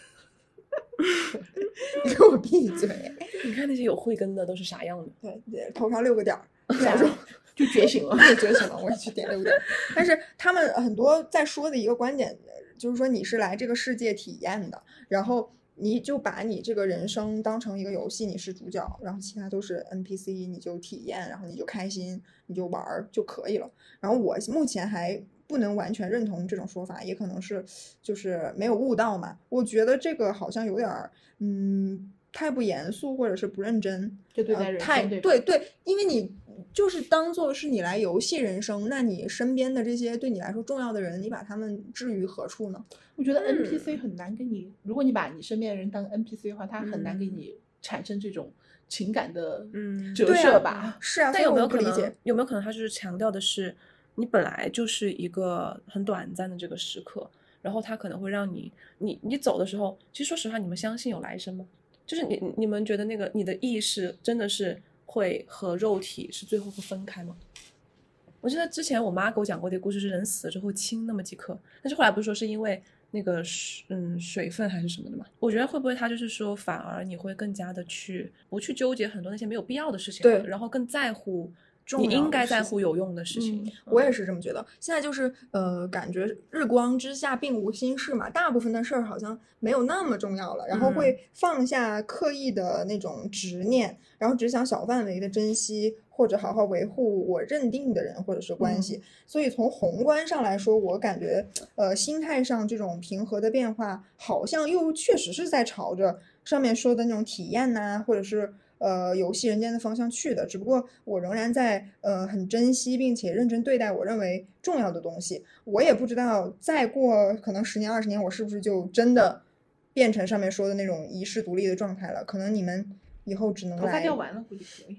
你给我闭嘴！ 你看那些有慧根的都是啥样的？ 对，头上6个点，小时候就觉醒了， 也觉醒了，我也去点6个点。但是他们很多在说的一个观点，就是说你是来这个世界体验的，然后你就把你这个人生当成一个游戏，你是主角，然后其他都是 NPC， 你就体验，然后你就开心，你就玩就可以了。然后我目前还不能完全认同这种说法，也可能是就是没有悟到嘛。我觉得这个好像有点太不严肃，或者是不认真， 就对待人生， 对，因为你就是当做是你来游戏人生，那你身边的这些对你来说重要的人，你把他们置于何处呢？ 我觉得 NPC 很难给你，如果你把你身边的人当 NPC 的话，他很难给你产生这种情感的折射吧。 是啊， 但有没有可能他就是强调的是你本来就是一个很短暂的这个时刻，然后他可能会让你走的时候，其实说实话，你们相信有来生吗？就是你们觉得那个你的意识真的是会和肉体是最后会分开吗？我记得之前我妈给我讲过的故事是人死了之后轻那么几克，但是后来不是说是因为那个水分还是什么的嘛？我觉得会不会他就是说反而你会更加的不去纠结很多那些没有必要的事情， 对， 然后更在乎你应该在乎有用的事情。 我也是这么觉得。现在就是感觉日光之下并无新事嘛，大部分的事儿好像没有那么重要了，然后会放下刻意的那种执念，然后只想小范围的珍惜或者好好维护我认定的人或者是关系。所以从宏观上来说，我感觉心态上这种平和的变化好像又确实是在朝着上面说的那种体验呐，或者是游戏人间的方向去的，只不过我仍然在很珍惜并且认真对待我认为重要的东西。我也不知道再过可能10年20年，我是不是就真的变成上面说的那种遗世独立的状态了。可能你们以后只能来头发掉完了估计可以。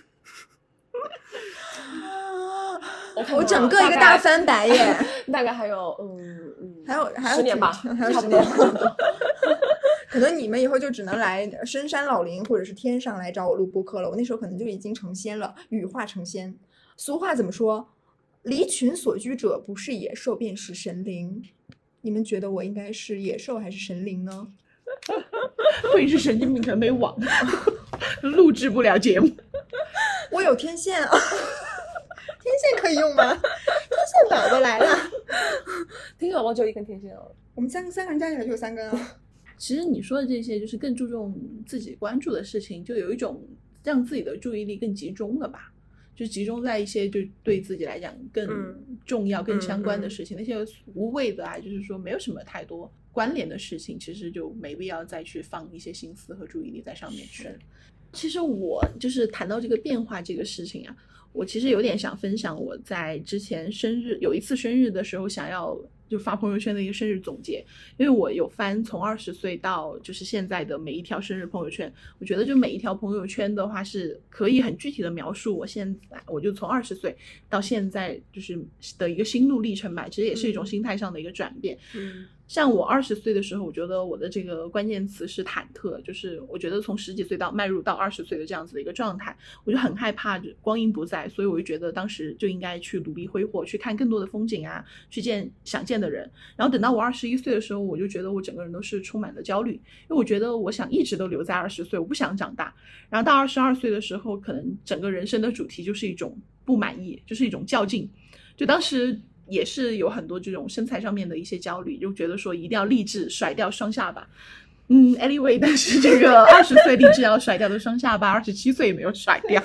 我整个一个大翻白眼， 大概还有还有 10年吧， 还有10年吧。可能你们以后就只能来深山老林或者是天上来找我录播客了，我那时候可能就已经成仙了，羽化成仙。俗话怎么说？离群所居者不是野兽便是神灵。你们觉得我应该是野兽还是神灵呢？ 会是神经病，可能没网录制不了节目。 我有天线啊，天线可以用吗？天线宝宝来了， 天线宝宝只有1根天线哦。 我们三个人加起来就有3根啊。 其实你说的这些就是更注重自己关注的事情，就有一种让自己的注意力更集中了吧，就集中在一些就对自己来讲更重要更相关的事情，那些无谓的啊，就是说没有什么太多关联的事情，其实就没必要再去放一些心思和注意力在上面去。其实我就是谈到这个变化这个事情啊，我其实有点想分享我在之前有一次生日的时候想要就发朋友圈的一个生日总结。因为我有翻从20岁到就是现在的每一条生日朋友圈，我觉得就每一条朋友圈的话是可以很具体的描述我就从20岁到现在就是的一个心路历程吧，其实也是一种心态上的一个转变。像我20岁的时候，我觉得我的这个关键词是忐忑，就是我觉得从10几岁迈入到20岁的这样子的一个状态，我就很害怕光阴不在，所以我就觉得当时就应该去努力挥霍，去看更多的风景啊，去见想见的人。然后等到我21岁的时候，我就觉得我整个人都是充满了焦虑，因为我觉得我想一直都留在20岁，我不想长大。然后到22岁的时候，可能整个人生的主题就是一种不满意，就是一种较劲。就当时也是有很多这种身材上面的一些焦虑，就觉得说一定要励志甩掉双下巴。anyway， 但是这个20岁励志要甩掉的双下巴，27岁也没有甩掉。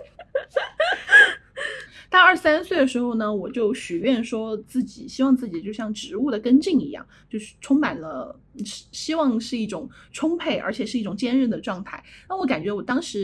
到23岁的时候呢，我就许愿说希望自己就像植物的根茎一样，就是充满了希望是一种充沛而且是一种坚韧的状态。那我感觉我当时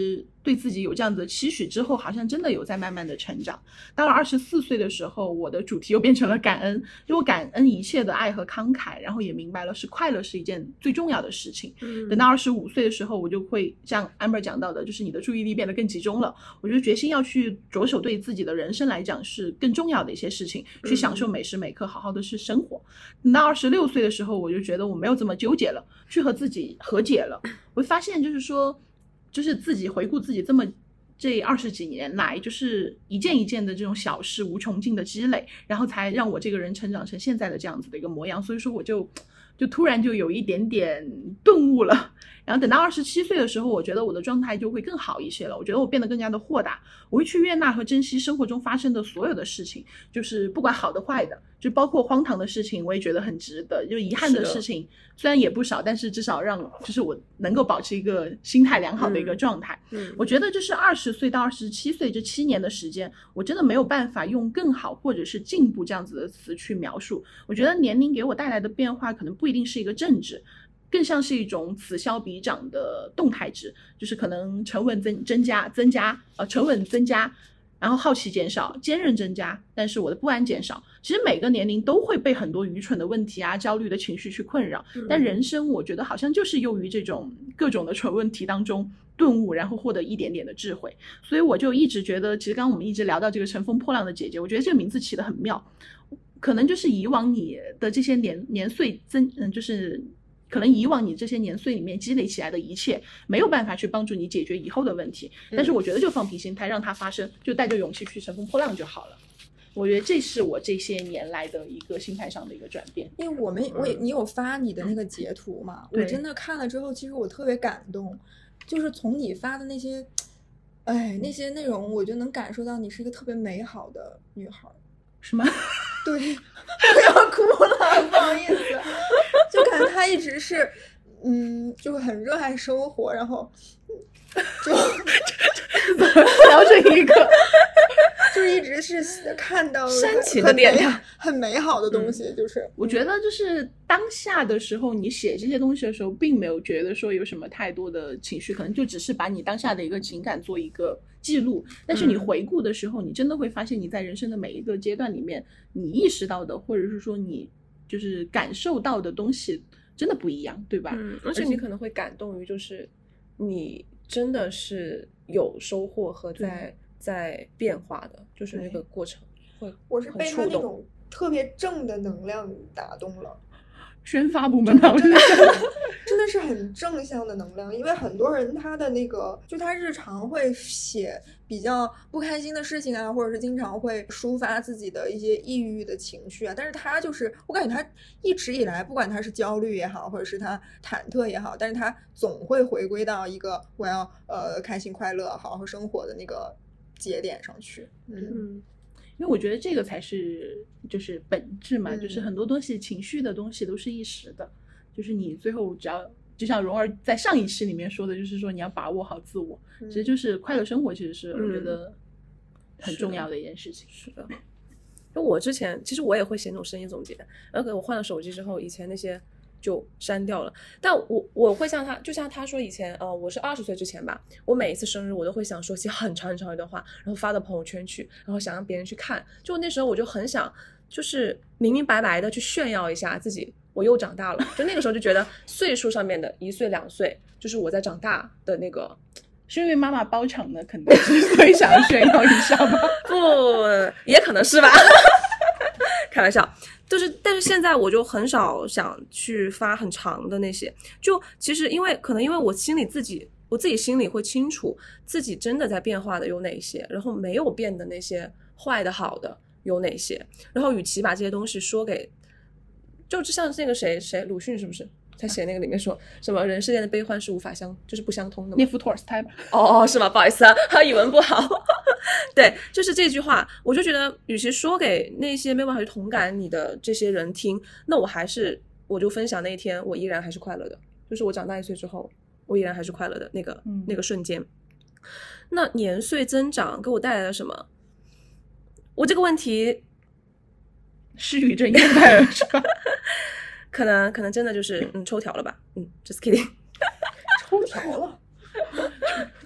对自己有这样子的期许之后，好像真的有在慢慢的成长。到了24岁的时候，我的主题又变成了感恩，就我感恩一切的爱和慷慨，然后也明白了是快乐是一件最重要的事情。等到25岁的时候，我就会像 Amber 讲到的，就是你的注意力变得更集中了，我就决心要去着手对自己的人生来讲是更重要的一些事情，去享受每时每刻，好好的去生活。等到26岁的时候，我就觉得我没有这么纠结了，去和自己和解了。我会发现就是说，就是自己回顾自己这20几年来，就是一件一件的这种小事无穷尽的积累，然后才让我这个人成长成现在的这样子的一个模样。所以说我就突然就有一点点顿悟了。然后等到27岁的时候，我觉得我的状态就会更好一些了。我觉得我变得更加的豁达，我会去悦纳和珍惜生活中发生的所有的事情，就是不管好的坏的，就包括荒唐的事情，我也觉得很值得。就遗憾的事情虽然也不少，但是至少让就是我能够保持一个心态良好的一个状态。我觉得就是20岁到27岁这7年的时间，我真的没有办法用更好或者是进步这样子的词去描述。我觉得年龄给我带来的变化可能不一定是一个正值，更像是一种此消彼长的动态值，就是可能沉稳增加，沉稳增加，然后好奇减少，坚韧增加，但是我的不安减少。其实每个年龄都会被很多愚蠢的问题啊、焦虑的情绪去困扰，但人生我觉得好像就是由于这种各种的蠢问题当中顿悟，然后获得一点点的智慧。所以我就一直觉得，其实刚刚我们一直聊到这个乘风破浪的姐姐，我觉得这个名字起得很妙，可能就是以往你的这些年岁就是可能以往你这些年岁里面积累起来的一切没有办法去帮助你解决以后的问题，但是我觉得就放平心态让它发生，就带着勇气去乘风破浪就好了。我觉得这是我这些年来的一个心态上的一个转变。 因为你有发你的那个截图嘛，我真的看了之后其实我特别感动，就是从你发的那些那些内容我就能感受到你是一个特别美好的女孩。 是吗？ 对，我要哭了，不好意思。就感觉她一直是就很热爱生活，然后就聊这一个就是一直是看到煽情的点亮很美好的东西。就是我觉得就是当下的时候你写这些东西的时候并没有觉得说有什么太多的情绪，可能就只是把你当下的一个情感做一个记录，但是你回顾的时候你真的会发现你在人生的每一个阶段里面你意识到的或者是说你就是感受到的东西真的不一样，对吧？ 而且你可能会感动于就是你真的是有收获和在变化的，就是那个过程会我是被他那种特别正的能量打动了。 宣发部门吧，我觉得真的是很正向的能量。因为很多人他的那个就他日常会写比较不开心的事情啊，或者是经常会抒发自己的一些抑郁的情绪啊，但是他就是我感觉他一直以来不管他是焦虑也好，或者是他忐忑也好，但是他总会回归到一个我要开心快乐好好生活的那个节点上去。 因为我觉得这个才是就是本质嘛，就是很多东西情绪的东西都是一时的，就是你最后只要就像蓉儿在上一期里面说的，就是说你要把握好自我，其实就是快乐生活其实是我觉得很重要的一件事情。 是的，就我之前其实我也会写那种声音总结，然后我换了手机之后以前那些就删掉了，但我会像他，就像他说以前我是20岁之前吧，我每一次生日我都会想说写很长很长一段话，然后发到朋友圈去，然后想让别人去看，就那时候我就很想就是明明白白的去炫耀一下自己我又长大了，就那个时候就觉得岁数上面的1岁2岁就是我在长大的那个。 是因为妈妈包场的肯定是所以想要炫耀一下吧？ 不，也可能是吧开玩笑，就是但是现在我就很少想去发很长的那些，就其实可能因为我自己心里会清楚自己真的在变化的有哪些，然后没有变的那些坏的好的有哪些，然后与其把这些东西说给就像那个谁鲁迅是不是他写那个里面说什么人世间的悲欢是无法就是不相通的嘛， 涅夫托尔斯泰吧？ 哦，是吗？不好意思啊，他语文不好。对，就是这句话，我就觉得，与其说给那些没有办法去同感你的这些人听，那我就分享那一天，我依然还是快乐的，就是我长大1岁之后，我依然还是快乐的那个瞬间。那年岁增长给我带来了什么？我这个问题是语正言派了是吧？ 可能真的就是抽条了吧，just kidding。 抽条了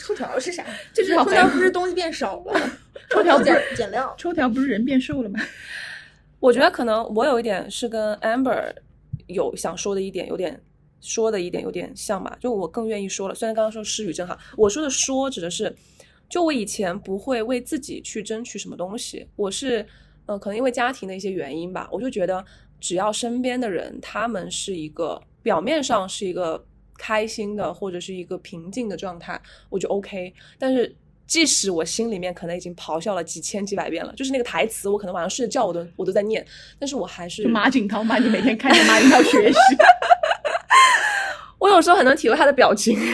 抽条是啥？ 就是抽条不是东西变少了吗？ 抽条不是减量， 抽条不是人变瘦了吗？ 我觉得可能我有一点是跟 Amber 有想说的一点有点像吧，就我更愿意说了。虽然刚刚说失语症哈，我说的说指的是，就我以前不会为自己去争取什么东西，我是可能因为家庭的一些原因吧，我就觉得只要身边的人他们是一个表面上是一个开心的或者是一个平静的状态，我就 OK。但是即使我心里面可能已经咆哮了几千几百遍了，就是那个台词我可能晚上睡觉我都在念，但是我还是就马景涛嘛，你每天看着马景涛学习我有时候很能体会他的表情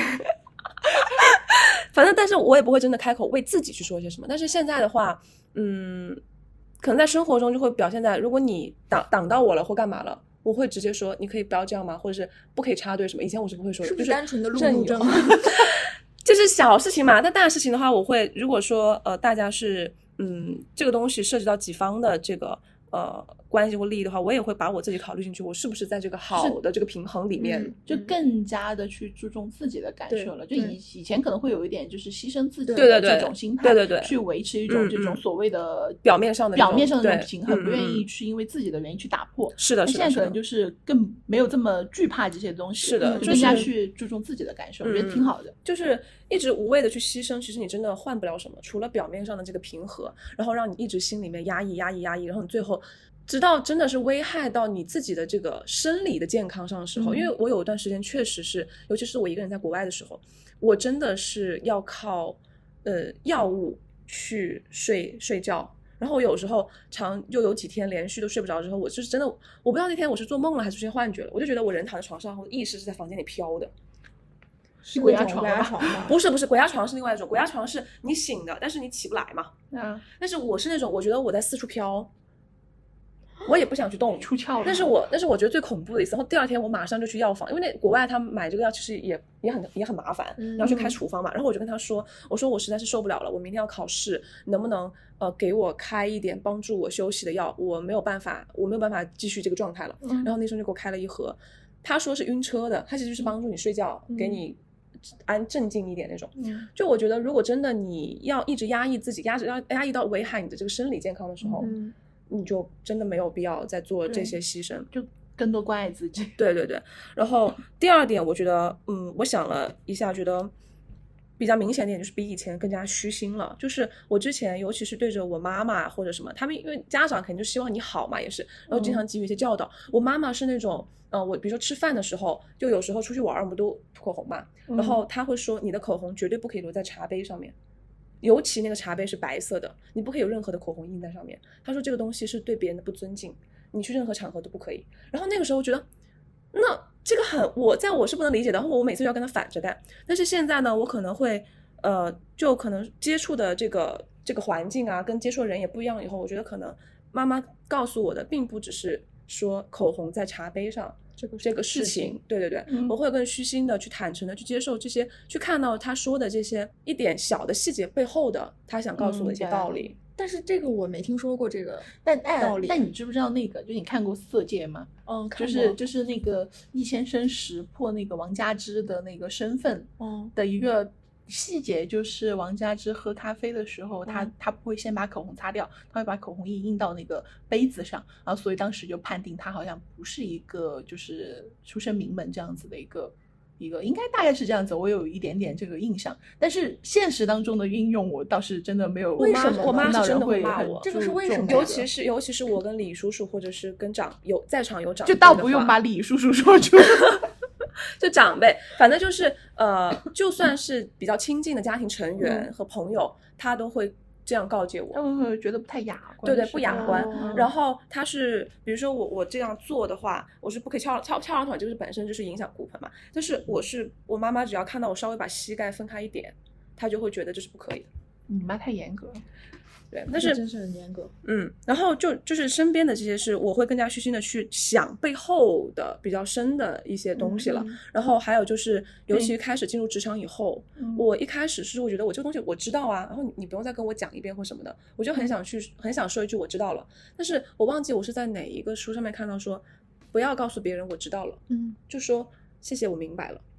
反正但是我也不会真的开口为自己去说些什么。但是现在的话可能在生活中就会表现在，如果你挡到我了或干嘛了，我会直接说你可以不要这样吗，或者是不可以插队什么。以前我是不会说的， 是不就是单纯的路怒症就是小事情嘛。但大事情的话，我会如果说大家是这个东西涉及到几方的这个关系或利益的话，我也会把我自己考虑进去，我是不是在这个好的这个平衡里面， 就更加的去注重自己的感受了。就以前可能会有一点就是牺牲自己的这种心态， 对， 去维持一种这种所谓的表面上的这种平衡，不愿意去因为自己的原因去打破。 是的， 现在可能就是更没有这么惧怕这些东西， 是的， 就更加去注重自己的感受，我觉得挺好的。 就是一直无谓的去牺牲，其实你真的换不了什么，除了表面上的这个平和，然后让你一直心里面压抑，然后你最后直到真的是危害到你自己的这个生理的健康上的时候，因为我有一段时间确实是，尤其是我一个人在国外的时候，我真的是要靠药物去睡觉，然后我有时候又有几天连续都睡不着之后，我就是真的我不知道那天我是做梦了还是出现幻觉了，我就觉得我人躺在床上后意识是在房间里飘的。 是鬼压床吗？ 不是鬼压床是另外一种，鬼压床是你醒的，但是你起不来嘛。但是我是那种我觉得我在四处飘，我也不想去动， 出窍了。 但是我觉得最恐怖的一次，然后第二天我马上就去药房，因为那国外他们买这个药其实也很麻烦，你要去开处方嘛。然后我就跟他说，我说我实在是受不了了，我明天要考试，能不能给我开一点帮助我休息的药？我没有办法继续这个状态了。然后那时候就给我开了一盒，他说是晕车的，他其实就是帮助你睡觉，给你镇静一点那种。就我觉得如果真的你要一直压抑自己，压抑到危害你的这个生理健康的时候，你就真的没有必要再做这些牺牲， 就更多关爱自己。 对。然后第二点我觉得我想了一下，觉得比较明显的点就是比以前更加虚心了。就是我之前尤其是对着我妈妈或者什么，他们因为家长肯定就希望你好嘛，也是，然后经常给予一些教导。我妈妈是那种我比如说吃饭的时候，就有时候出去玩我们都涂口红嘛，然后她会说你的口红绝对不可以留在茶杯上面，尤其那个茶杯是白色的，你不可以有任何的口红印在上面。他说这个东西是对别人的不尊敬，你去任何场合都不可以。然后那个时候觉得那这个我是不能理解的，然后我每次就要跟他反着干。但是现在呢，我可能会就可能接触的这个环境啊跟接触的人也不一样，以后我觉得可能妈妈告诉我的并不只是说口红在茶杯上这个事情，对，我会更虚心的去坦诚的去接受这些，去看到他说的这些一点小的细节背后的他想告诉我的一些道理。 但是这个我没听说过这个道理。 但你知不知道那个就你看过《色戒》吗？就是那个易先生识破那个王佳芝的那个身份的一个细节，就是王佳芝喝咖啡的时候，他不会先把口红擦掉，他会把口红印到那个杯子上，然后所以当时就判定他好像不是一个就是出身名门这样子的一个应该大概是这样子，我有一点点这个印象。但是现实当中的应用我倒是真的没有。 为什么我妈是真的会骂我？ 这个是为什么？ 尤其是我跟李叔叔或者是跟在场有长辈就倒不用把李叔叔说出来就长辈，反正就是就算是比较亲近的家庭成员和朋友，他都会这样告诫我， 觉得不太雅观， 对，不雅观。然后他是比如说我这样做的话，我是不可以翘二腿，就是本身就是影响骨盆嘛。但是我妈妈只要看到我稍微把膝盖分开一点，她就会觉得这是不可以的。 你妈太严格了。 对，但是真是很严格。 然后就是身边的这些事，我会更加虚心的去想背后的比较深的一些东西了。然后还有就是，尤其开始进入职场以后，我一开始是会觉得我这个东西我知道啊，然后你不用再跟我讲一遍或什么的，我就很想说一句我知道了。但是我忘记我是在哪一个书上面看到说，不要告诉别人我知道了，就说谢谢我明白了。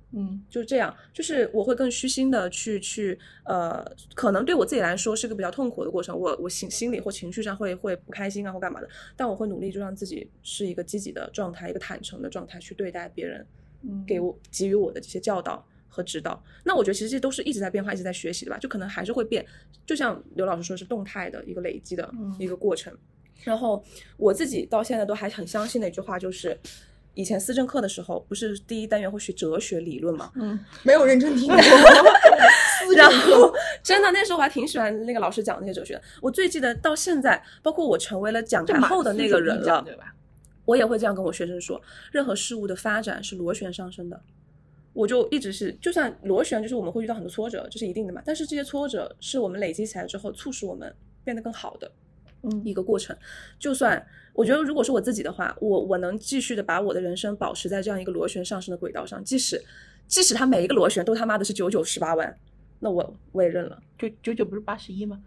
就是这样，就是我会更虚心的去可能对我自己来说是个比较痛苦的过程，我心理或情绪上会不开心啊或干嘛的，但我会努力就让自己是一个积极的状态，一个坦诚的状态去对待别人给予我的这些教导和指导。那我觉得其实这都是一直在变化一直在学习的吧，就可能还是会变，就像刘老师说是动态的一个累积的一个过程。然后我自己到现在都还很相信的一句话，就是以前思政课的时候不是第一单元会学哲学理论嘛， 没有认真听过然后真的那时候我还挺喜欢那个老师讲那些哲学，我最记得到现在，包括我成为了讲台后的那个人了， 对吧？ 我也会这样跟我学生说，任何事物的发展是螺旋上升的。我就一直是，就算螺旋就是我们会遇到很多挫折，这是一定的嘛，但是这些挫折是我们累积起来之后促使我们变得更好的一个过程。就算我觉得如果是我自己的话，我能继续的把我的人生保持在这样一个螺旋上升的轨道上，即使它每一个螺旋都他妈的是99、18万，那我也认了。 99不是81吗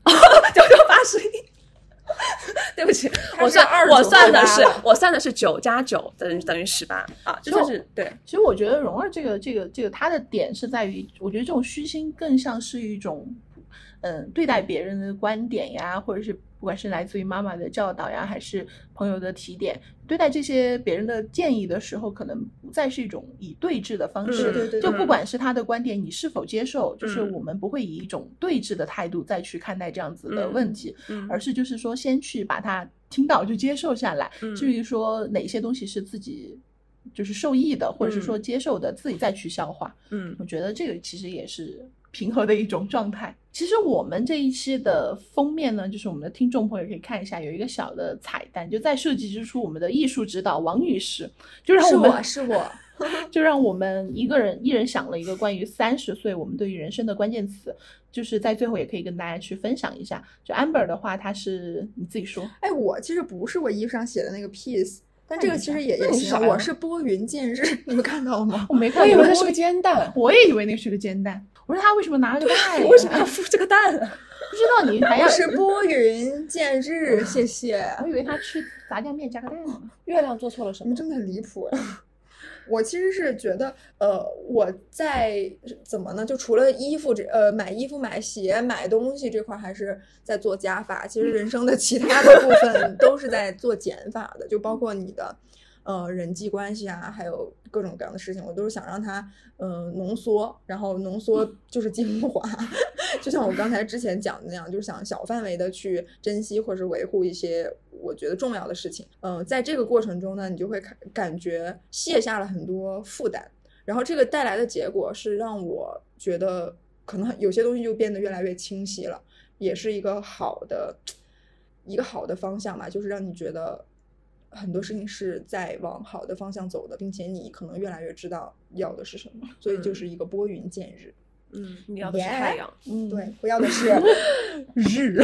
？99、81。对不起，我算的是9加9等于18啊，这就是对。 其实我觉得蓉儿这个他的点是在于，我觉得这种虚心更像是一种对待别人的观点呀，或者是不管是来自于妈妈的教导呀，还是朋友的提点，对待这些别人的建议的时候，可能不再是一种以对峙的方式， 对就不管是他的观点你是否接受，就是我们不会以一种对峙的态度再去看待这样子的问题，而是就是说先去把它听到就接受下来，至于说哪些东西是自己就是受益的，或者是说接受的，自己再去消化。我觉得这个其实也是平和的一种状态。其实我们这一期的封面呢，就是我们的听众朋友可以看一下，有一个小的彩蛋，就在设计之初，我们的艺术指导王女士就让我们是我就让我们一人想了一个关于30岁我们对于人生的关键词，就是在最后也可以跟大家去分享一下。就 Amber 的话，她是你自己说。 我其实不是我衣服上写的那个 peace， 但这个其实也行，我是拨云见日，你们看到了吗？ 我没看到， 我以为它是个煎蛋， 我也以为那是个煎蛋。我说他为什么拿了个蛋？ 为什么要孵这个蛋？ 不知道你还要是拨云见日，谢谢。 我以为他吃炸酱面加个蛋呢。 月亮做错了什么？ 你们真的很离谱呀！我其实是觉得，我在怎么呢？就除了衣服买衣服、买鞋、买东西这块，还是在做加法。其实人生的其他的部分都是在做减法的，就包括你的人际关系啊，还有各种各样的事情，我都是想让它浓缩，然后浓缩就是精华。就像我刚才之前讲的那样，就是想小范围的去珍惜或是维护一些我觉得重要的事情。在这个过程中呢，你就会感觉卸下了很多负担，然后这个带来的结果是让我觉得可能有些东西就变得越来越清晰了，也是一个好的方向吧，就是让你觉得很多事情是在往好的方向走的，并且你可能越来越知道要的是什么，所以就是一个拨云见日。 你要的是太阳。 对，我要的是日。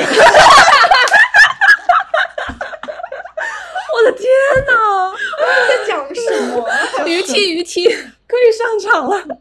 我的天哪， 在讲什么？ 鱼踢可以上场了。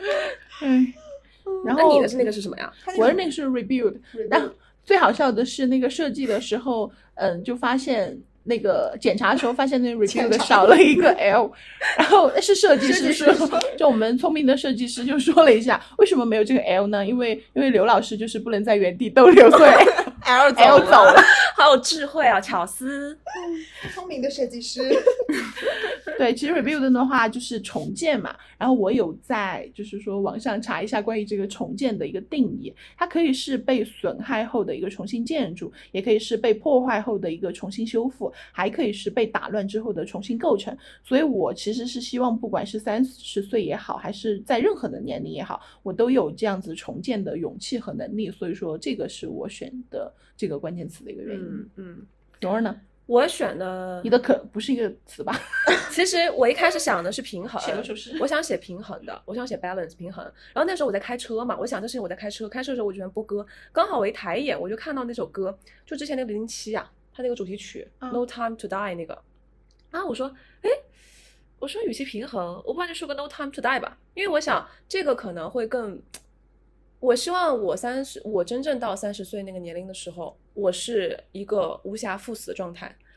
然后那你的是那个是什么呀？ 我的那个是 rebuild。然后最好笑的是那个设计的时候，就发现那个检查的时候发现那个 rebuild 少了一个 L， 然后是设计师说，就我们聪明的设计师就说了一下，为什么没有这个 L 呢？因为刘老师就是不能在原地逗留，所以 L 走了，好有智慧啊，巧思， 聪明的设计师。 对，其实 rebuild 的话就是重建嘛，然后我有在就是说网上查一下关于这个重建的一个定义，它可以是被损害后的一个重新建筑，也可以是被破坏后的一个重新修复，还可以是被打乱之后的重新构成。所以我其实是希望不管是30岁也好，还是在任何的年龄也好，我都有这样子重建的勇气和能力，所以说这个是我选的这个关键词的一个原因。蓉儿呢？ 我选的你的可不是一个词吧？ 其实我一开始想的是平衡， 写了首诗， 我想写平衡的，我想写 balance 平衡。然后那时候我在开车嘛，我想这事情我在开车的时候我就喜欢播歌，刚好我一抬眼我就看到那首歌，就之前那个007啊，他那个主题曲、No Time to Die 那个，然后我说与其平衡，我不然就说个 No Time to Die 吧，因为我想这个可能会更。我希望我真正到30岁那个年龄的时候，我是一个无暇赴死的状态，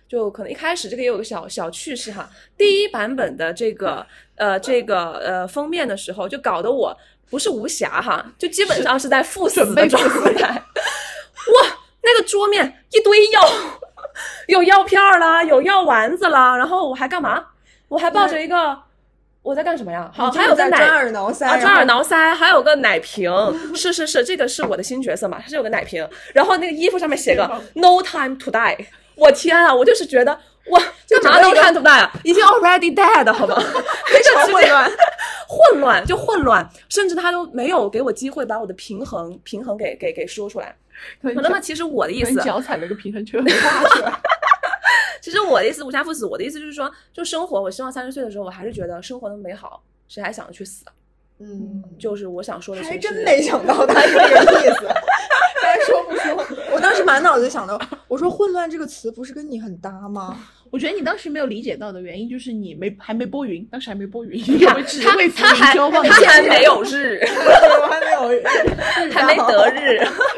就可能一开始这个也有个小趣事哈。第一版本的这个封面的时候，就搞得我不是无暇哈，就基本上是在赴死的状态。哇，那个桌面一堆药，有药片啦，有药丸子啦，然后我还干嘛？我还抱着一个。我在干什么呀？好，还有个奶抓耳挠腮抓耳挠腮，还有个奶瓶。是，这个是我的新角色嘛？它是有个奶瓶，然后那个衣服上面写个 No time to die。我天啊！我就是觉得哇，干嘛 No time to die 啊？已经 already dead 好吗？非常混乱，甚至他都没有给我机会把我的平衡给说出来。那么其实我的意思， 脚踩了个平衡车拉出来。 其实我的意思无暇赴死，我的意思就是说，就生活，我希望30岁的时候，我还是觉得生活那么美好，谁还想着去死？就是我想说的。 还真没想到他是这个意思。该说不说，我当时满脑子想到，我说混乱这个词不是跟你很搭吗？ 我觉得你当时没有理解到的原因就是你还没拨云，当时还没拨云， 他还没有日， 我还没有日， 还没得日。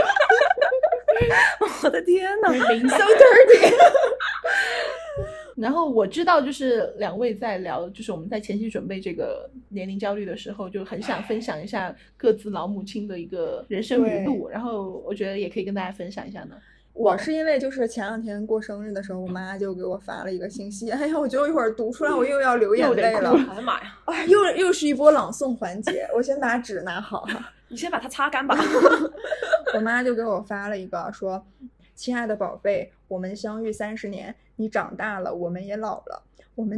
我的天哪 ，so dirty。 然后我知道，就是两位在聊，就是我们在前期准备这个年龄焦虑的时候，就很想分享一下各自老母亲的一个人生语录，然后我觉得也可以跟大家分享一下呢。 我是因为就是前2天过生日的时候，我妈就给我发了一个信息，哎呀，我觉得一会儿读出来我又要流眼泪了， 哎呀妈呀！ 哎，又是一波朗诵环节，我先把纸拿好哈， 你先把它擦干吧。 我妈就给我发了一个说，亲爱的宝贝，我们相遇30年，你长大了，我们也老了。我们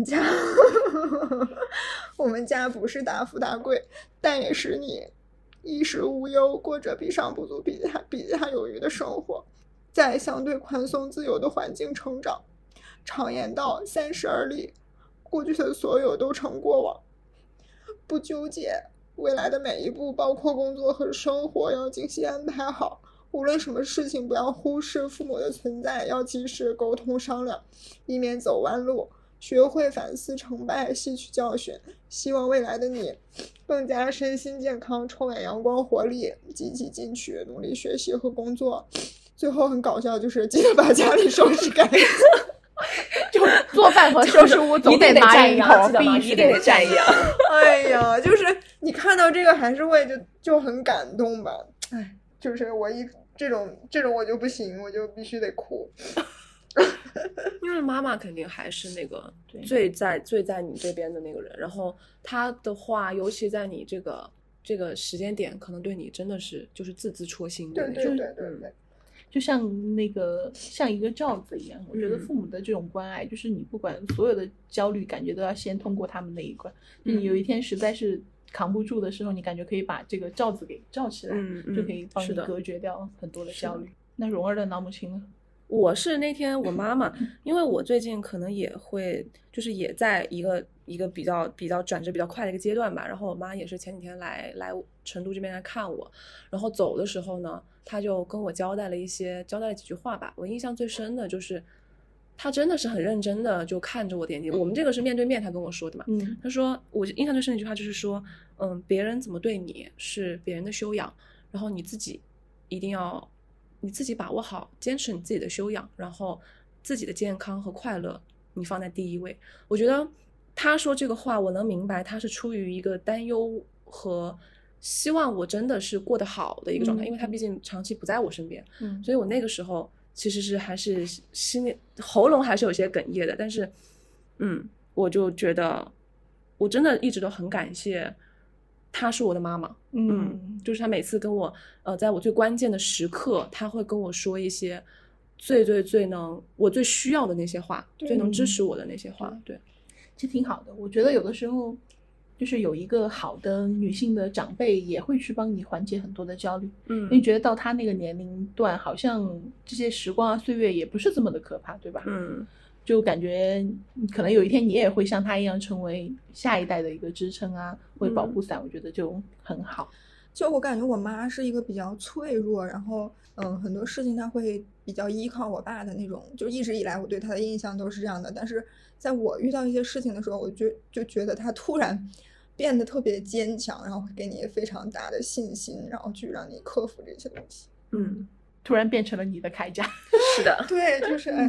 家不是大富大贵，但也是你衣食无忧，过着比上不足、比下有余的生活，在相对宽松自由的环境成长。常言道，30而立，过去的所有都成过往，不纠结未来的每一步，包括工作和生活要精细安排好。无论什么事情，不要忽视父母的存在，要及时沟通商量，以免走弯路。学会反思成败，吸取教训。希望未来的你更加身心健康，充满阳光活力，积极进取，努力学习和工作。最后很搞笑，就是记得把家里收拾干净。 就做饭和收拾屋总得拿一头， 必须得占一样。 哎呀，就是你看到这个还是会就很感动吧。哎，就是我这种我就不行，我就必须得哭。 因为妈妈肯定还是那个最在你这边的那个人，然后她的话，尤其在你这个时间点，可能对你真的是就是字字戳心的那种。 对。 就像一个罩子一样，我觉得父母的这种关爱，就是你不管所有的焦虑，感觉都要先通过他们那一关。你有一天实在是扛不住的时候，你感觉可以把这个罩子给罩起来，就可以帮你隔绝掉很多的焦虑。那蓉儿的老母亲呢？ 我是那天我妈妈，因为我最近可能也会，就是也在一个比较转折比较快的一个阶段吧。然后我妈也是前几天来成都这边来看我，然后走的时候呢，她就跟我交代了几句话吧。我印象最深的就是，她真的是很认真的就看着我的眼睛。我们这个是面对面，她跟我说的嘛。她说我印象最深的一句话就是说，别人怎么对你是别人的修养，然后你自己一定要。你自己把握好，坚持你自己的修养，然后自己的健康和快乐你放在第一位。我觉得他说这个话我能明白，他是出于一个担忧和希望我真的是过得好的一个状态，因为他毕竟长期不在我身边，所以我那个时候其实是还是心里喉咙还是有些哽咽的，但是我就觉得我真的一直都很感谢她是我的妈妈，就是她每次跟我，在我最关键的时刻，她会跟我说一些最能我最需要的那些话，最能支持我的那些话，对， 其实挺好的。我觉得有的时候，就是有一个好的女性的长辈也会去帮你缓解很多的焦虑，因为觉得到她那个年龄段，好像这些时光啊岁月也不是这么的可怕，对吧？就感觉可能有一天你也会像他一样成为下一代的一个支撑啊，或者保护伞，我觉得就很好。 就我感觉我妈是一个比较脆弱，然后很多事情她会比较依靠我爸的那种，就一直以来我对她的印象都是这样的。但是在我遇到一些事情的时候，我就觉得她突然变得特别坚强，然后会给你非常大的信心，然后去让你克服这些东西。 突然变成了你的铠甲。 是的， 对，就是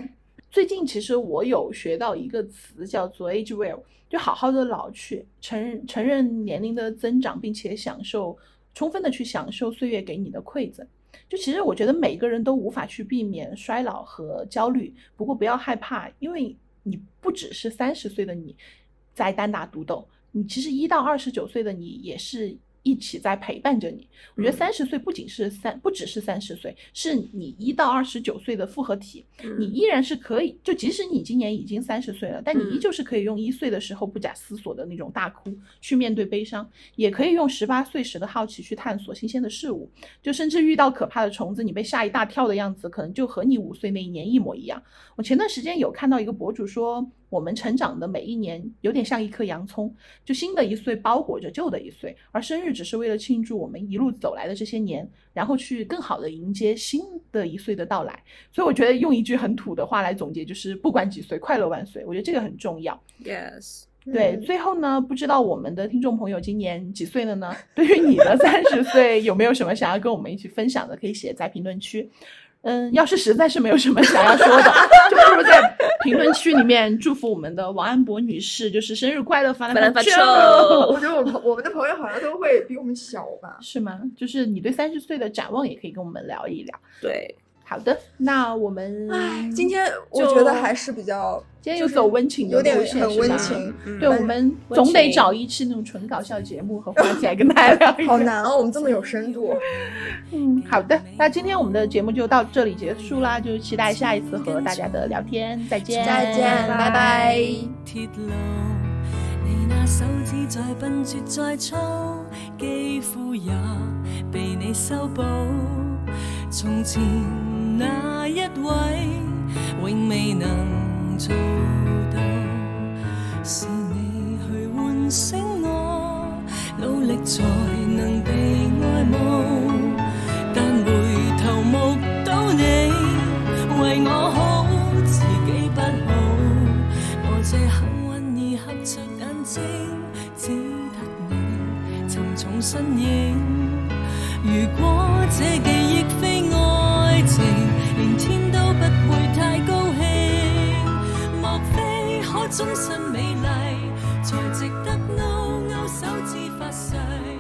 最近其实我有学到一个词叫做 age well， 就好好的老去，承认年龄的增长，并且充分的去享受岁月给你的馈赠。就其实我觉得每个人都无法去避免衰老和焦虑，不过不要害怕，因为你不只是30岁的你在单打独斗，你其实1到29岁的你也是一起在陪伴着你。我觉得30岁不只是30岁，是你1到29岁的复合体，你依然是可以，就即使你今年已经30岁了，但你依旧是可以用1岁的时候不假思索的那种大哭去面对悲伤，也可以用18岁时的好奇去探索新鲜的事物，就甚至遇到可怕的虫子，你被吓一大跳的样子，可能就和你5岁那一年一模一样。我前段时间有看到一个博主说，我们成长的每一年有点像一颗洋葱，就新的1岁包裹着旧的1岁，而生日只是为了庆祝我们一路走来的这些年，然后去更好的迎接新的1岁的到来。所以我觉得用一句很土的话来总结，就是不管几岁，快乐万岁。我觉得这个很重要。 Yes， 对，最后呢，不知道我们的听众朋友今年几岁了呢？对于你的30岁有没有什么想要跟我们一起分享的，可以写在评论区。要是实在是没有什么想要说的，就不如在评论区里面祝福我们的王安博女士，就是生日快乐，发来发臭。 我觉得我们的朋友好像都会比我们小吧？ 是吗？就是你对30岁的展望也可以跟我们聊一聊。 对， 好的，那我们今天我觉得还是比较， 今天又走温情的有点路线， 很温情。 对，我们总得找一期那种纯搞笑节目和话题来跟大家聊一聊。 好难哦，我们这么有深度。 好的，那今天我们的节目就到这里结束啦，就期待下一次和大家的聊天，再见， 拜拜。 鐵路，你那手指再笨拙再粗，肌膚也被你修補。從前那一位，永未能做到，是你去喚醒我，努力才能被愛慕。但回頭目睹你為我好，自己不好。我這幸運兒合着眼睛，只得你沉重身影。如果這記憶非愛情，連天都不會太高興。莫非可終身美麗，才值得勾勾手指發誓？